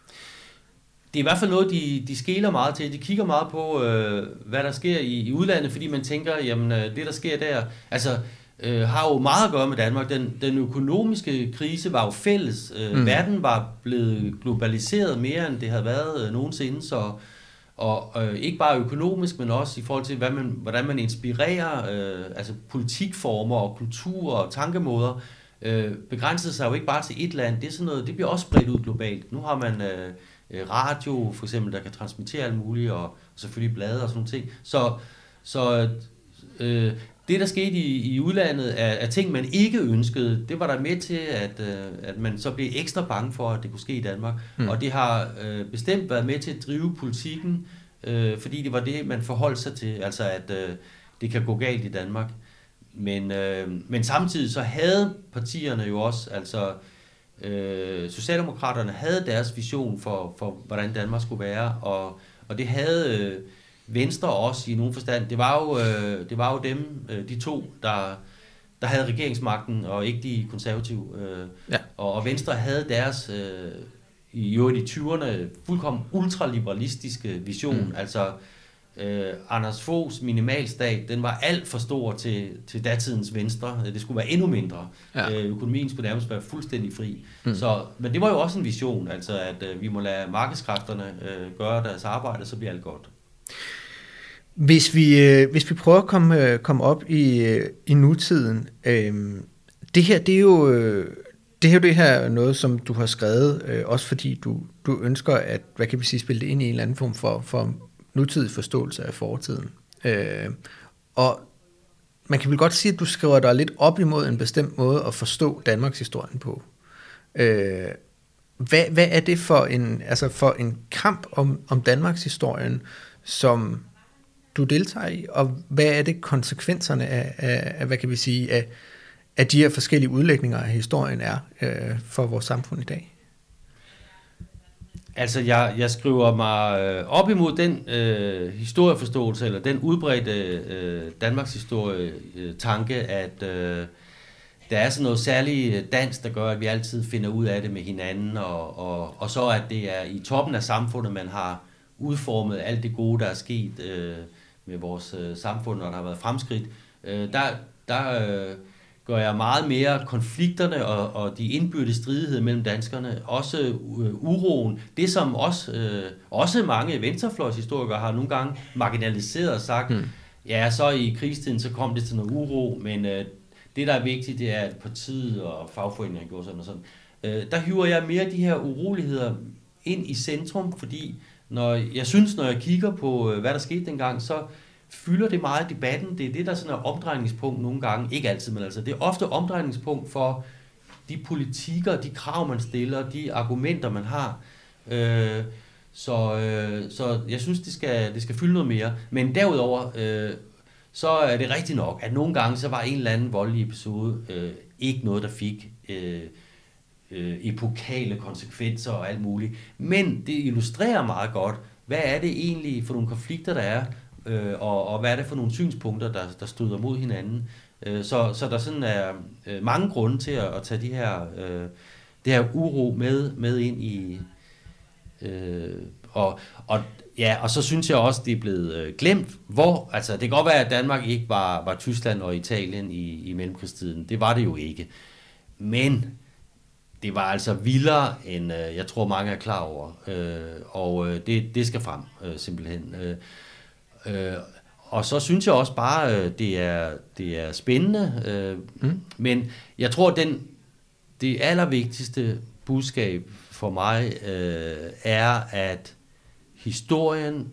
Det er i hvert fald noget, de, de skeler meget til. De kigger meget på, øh, hvad der sker i, i udlandet, fordi man tænker, jamen det, der sker der, altså øh, har jo meget at gøre med Danmark. Den, den økonomiske krise var jo fælles. Øh, mm. Verden var blevet globaliseret mere, end det havde været øh, nogensinde, så og øh, ikke bare økonomisk, men også i forhold til, hvad man, hvordan man inspirerer, øh, altså politikformer og kultur og tankemåder, øh, begrænsede sig jo ikke bare til et land. Det er sådan noget, det bliver også spredt ud globalt. Nu har man øh, radio, for eksempel, der kan transmittere alt muligt, og selvfølgelig blade og sådan nogle ting. Så, så øh, det, der skete i, i udlandet, af, af ting, man ikke ønskede, det var der med til, at, øh, at man så blev ekstra bange for, at det kunne ske i Danmark. Mm. Og det har øh, bestemt været med til at drive politikken, øh, fordi det var det, man forholdt sig til, altså at øh, det kan gå galt i Danmark. Men, øh, men samtidig så havde partierne jo også, altså øh, Socialdemokraterne havde deres vision for, for hvordan Danmark skulle være, og, og det havde øh, Venstre også i nogen forstand. Det var jo, øh, det var jo dem, øh, de to, der, der havde regeringsmagten, og ikke de konservative. Øh, ja. og, og Venstre havde deres, øh, i øvrigt i tyverne, fuldkommen ultraliberalistiske vision, mm. altså Øh, Anders Foghs minimalstat, den var alt for stor til, til datidens Venstre. Det skulle være endnu mindre. Ja. Øh, økonomien skulle nærmest være fuldstændig fri. Mm. Så, men det var jo også en vision, altså at øh, vi må lade markedskræfterne øh, gøre deres arbejde, så bliver alt godt. Hvis vi, øh, hvis vi prøver at komme, øh, komme op i, øh, i nutiden, øh, det her, det er jo... Øh, Det her, det her er noget, som du har skrevet, øh, også fordi du, du ønsker at, hvad kan vi sige, spille det ind i en eller anden form for, for nutidig forståelse af fortiden. Øh, og man kan vel godt sige, at du skriver dig lidt op imod en bestemt måde at forstå Danmarks historien på. Øh, hvad, hvad er det for en, altså for en kamp om, om Danmarks historien, som du deltager i, og hvad er det konsekvenserne af, af, af hvad kan vi sige, af, af de her forskellige udlægninger af historien er øh, for vores samfund i dag? Altså, jeg, jeg skriver mig øh, op imod den øh, historieforståelse, eller den udbredte øh, Danmarks historie-tanke, at øh, der er sådan noget særligt dansk, der gør, at vi altid finder ud af det med hinanden, og, og, og så at det er i toppen af samfundet, man har udformet alt det gode, der er sket øh, med vores øh, samfund, og der har været fremskridt. Øh, der der øh, gør jeg meget mere konflikterne og, og de indbyrdes stridigheder mellem danskerne, også øh, uroen, det som også, øh, også mange venstrefløjshistorikere har nogle gange marginaliseret og sagt, mm. ja, så i krigstiden, så kom det til noget uro, men øh, det, der er vigtigt, det er, at partiet og fagforeninger gjorde sådan og sådan. Øh, der hiver jeg mere de her uroligheder ind i centrum, fordi når jeg synes, når jeg kigger på, øh, hvad der skete dengang, så fylder det meget i debatten. Det er det, der sådan er omdrejningspunkt nogle gange. Ikke altid, men altså det er ofte omdrejningspunkt for de politikker, de krav, man stiller, de argumenter, man har. Øh, så, øh, så jeg synes, det skal, det skal fylde noget mere. Men derudover, øh, så er det rigtigt nok, at nogle gange, så var en eller anden voldelig episode øh, ikke noget, der fik øh, øh, epokale konsekvenser og alt muligt. Men det illustrerer meget godt, hvad er det egentlig for nogle konflikter, der er. øh, og, og hvad er det for nogle synspunkter, der, der støder mod hinanden. Øh, så, så der sådan er øh, mange grunde til at, at tage de her, øh, det her uro med, med ind i... Øh, og, og, ja, og så synes jeg også, det er blevet øh, glemt, hvor... Altså, det kan godt være, at Danmark ikke var, var Tyskland og Italien i, i mellemkrigstiden. Det var det jo ikke. Men... Det var altså vildere, end øh, jeg tror, mange er klar over. Øh, og øh, det, det skal frem, øh, simpelthen. Øh, øh, og så synes jeg også bare, øh, det, er, det er spændende. Øh, mm. Men jeg tror, den det allervigtigste budskab for mig øh, er, at historien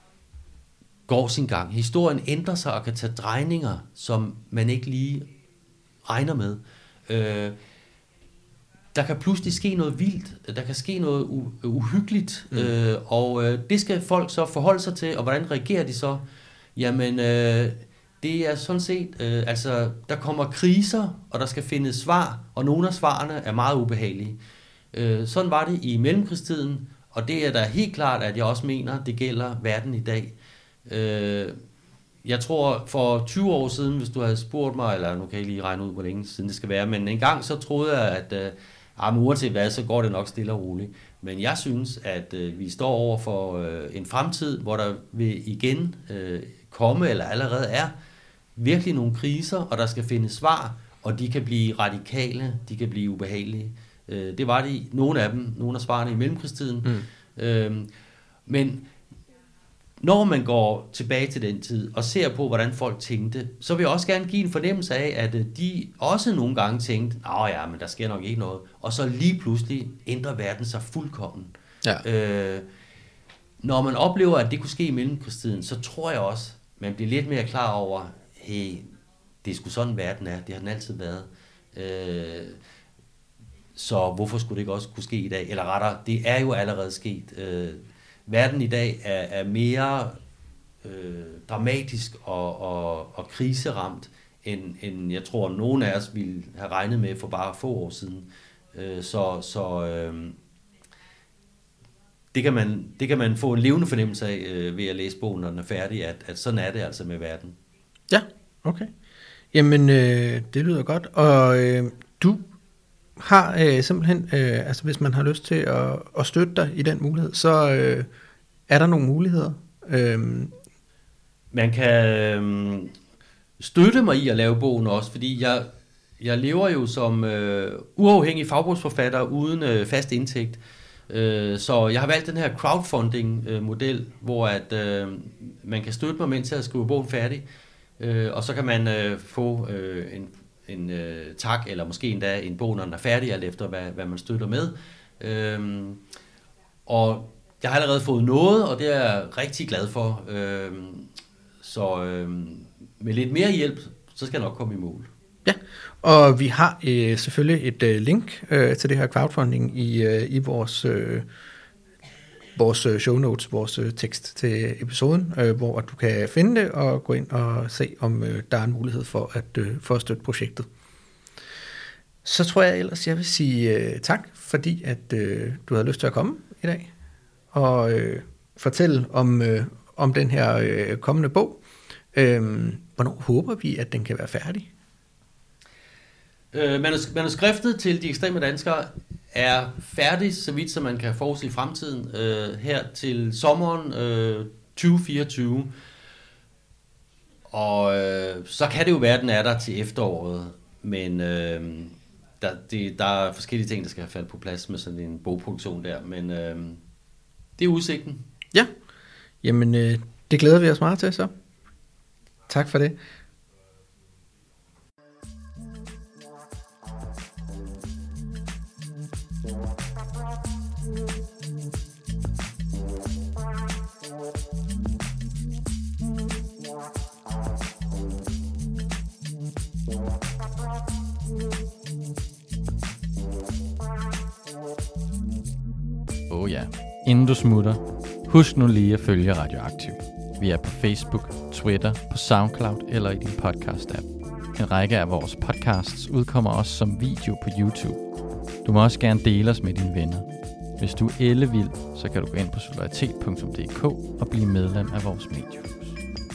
går sin gang. Historien ændrer sig og kan tage drejninger, som man ikke lige regner med. Øh, Der kan pludselig ske noget vildt, der kan ske noget u- uhyggeligt, mm. øh, og øh, det skal folk så forholde sig til, og hvordan reagerer de så? Jamen, øh, det er sådan set, øh, altså, der kommer kriser, og der skal findes svar, og nogle af svarene er meget ubehagelige. Øh, sådan var det i mellemkrigstiden, og det er da helt klart, at jeg også mener, det gælder verden i dag. Øh, Jeg tror, for tyve år siden, hvis du havde spurgt mig, eller nu kan jeg lige regne ud, hvor længe siden det skal være, men en gang så troede jeg, at øh, ah, uanset hvad, så går det nok stille og roligt. Men jeg synes, at øh, vi står over for øh, en fremtid, hvor der vil igen øh, komme, eller allerede er, virkelig nogle kriser, og der skal findes svar, og de kan blive radikale, de kan blive ubehagelige. Øh, det var de, nogle af dem, nogle af svarene i mellemkrigstiden. Mm. Øh, men når man går tilbage til den tid og ser på, hvordan folk tænkte, så vil jeg også gerne give en fornemmelse af, at de også nogle gange tænkte, åh ja, men der sker nok ikke noget. Og så lige pludselig ændrer verden sig fuldkommen. Ja. Øh, når man oplever, at det kunne ske i mellemkrigstiden, så tror jeg også, man bliver lidt mere klar over, hey, det er sgu sådan verden er, det har den altid været. Øh, så hvorfor skulle det ikke også kunne ske i dag? Eller rettere, det er jo allerede sket. Øh, Verden i dag er, er mere øh, dramatisk og, og, og kriseramt, end, end jeg tror, nogen af os ville have regnet med for bare få år siden. Øh, så så øh, det, kan man, det kan man få en levende fornemmelse af øh, ved at læse bogen, når den er færdig, at, at sådan er det altså med verden. Ja, okay. Jamen, øh, det lyder godt. Og øh, du har øh, simpelthen, øh, altså hvis man har lyst til at, at støtte dig i den mulighed, så øh, er der nogle muligheder. Øhm. Man kan øh, støtte mig i at lave bogen også, fordi jeg, jeg lever jo som øh, uafhængig fagbogsforfatter uden øh, fast indtægt. Øh, så jeg har valgt den her crowdfunding-model, øh, hvor at, øh, man kan støtte mig, mens jeg skriver bogen færdig, øh, og så kan man øh, få øh, en en øh, tak, eller måske endda en bog, når den er færdig, alt efter hvad, hvad man støtter med. Øhm, og jeg har allerede fået noget, og det er jeg rigtig glad for. Øhm, så øhm, med lidt mere hjælp, så skal jeg nok komme i mål. Ja, og vi har øh, selvfølgelig et øh, link øh, til det her crowdfunding i, øh, i vores, øh, vores show notes, vores øh, tekst til episoden, øh, hvor du kan finde det og gå ind og se, om øh, der er en mulighed for at, øh, for at støtte projektet. Så tror jeg ellers, jeg vil sige øh, tak, fordi at øh, du havde lyst til at komme i dag og øh, fortælle om, øh, om den her øh, kommende bog. Øh, hvornår håber vi, at den kan være færdig? Øh, manuskriptet til De Ekstreme Danskere er færdig, så vidt som man kan forudse i fremtiden, øh, her til sommeren øh, tyve fireogtyve. Og øh, så kan det jo være, at den er der til efteråret, men øh, der, det, der er forskellige ting, der skal falde på plads med sådan en bogproduktion der, men øh, det er udsigten. Ja, jamen øh, det glæder vi os meget til så. Tak for det. Oh ja, inden du smutter, husk nu lige at følge Radioaktiv. Vi er på Facebook, Twitter, på SoundCloud eller i din podcast-app. En række af vores podcasts udkommer også som video på YouTube. Du må også gerne dele os med dine venner. Hvis du er ellevild, så kan du gå ind på solidaritet punktum d k og blive medlem af vores mediehus.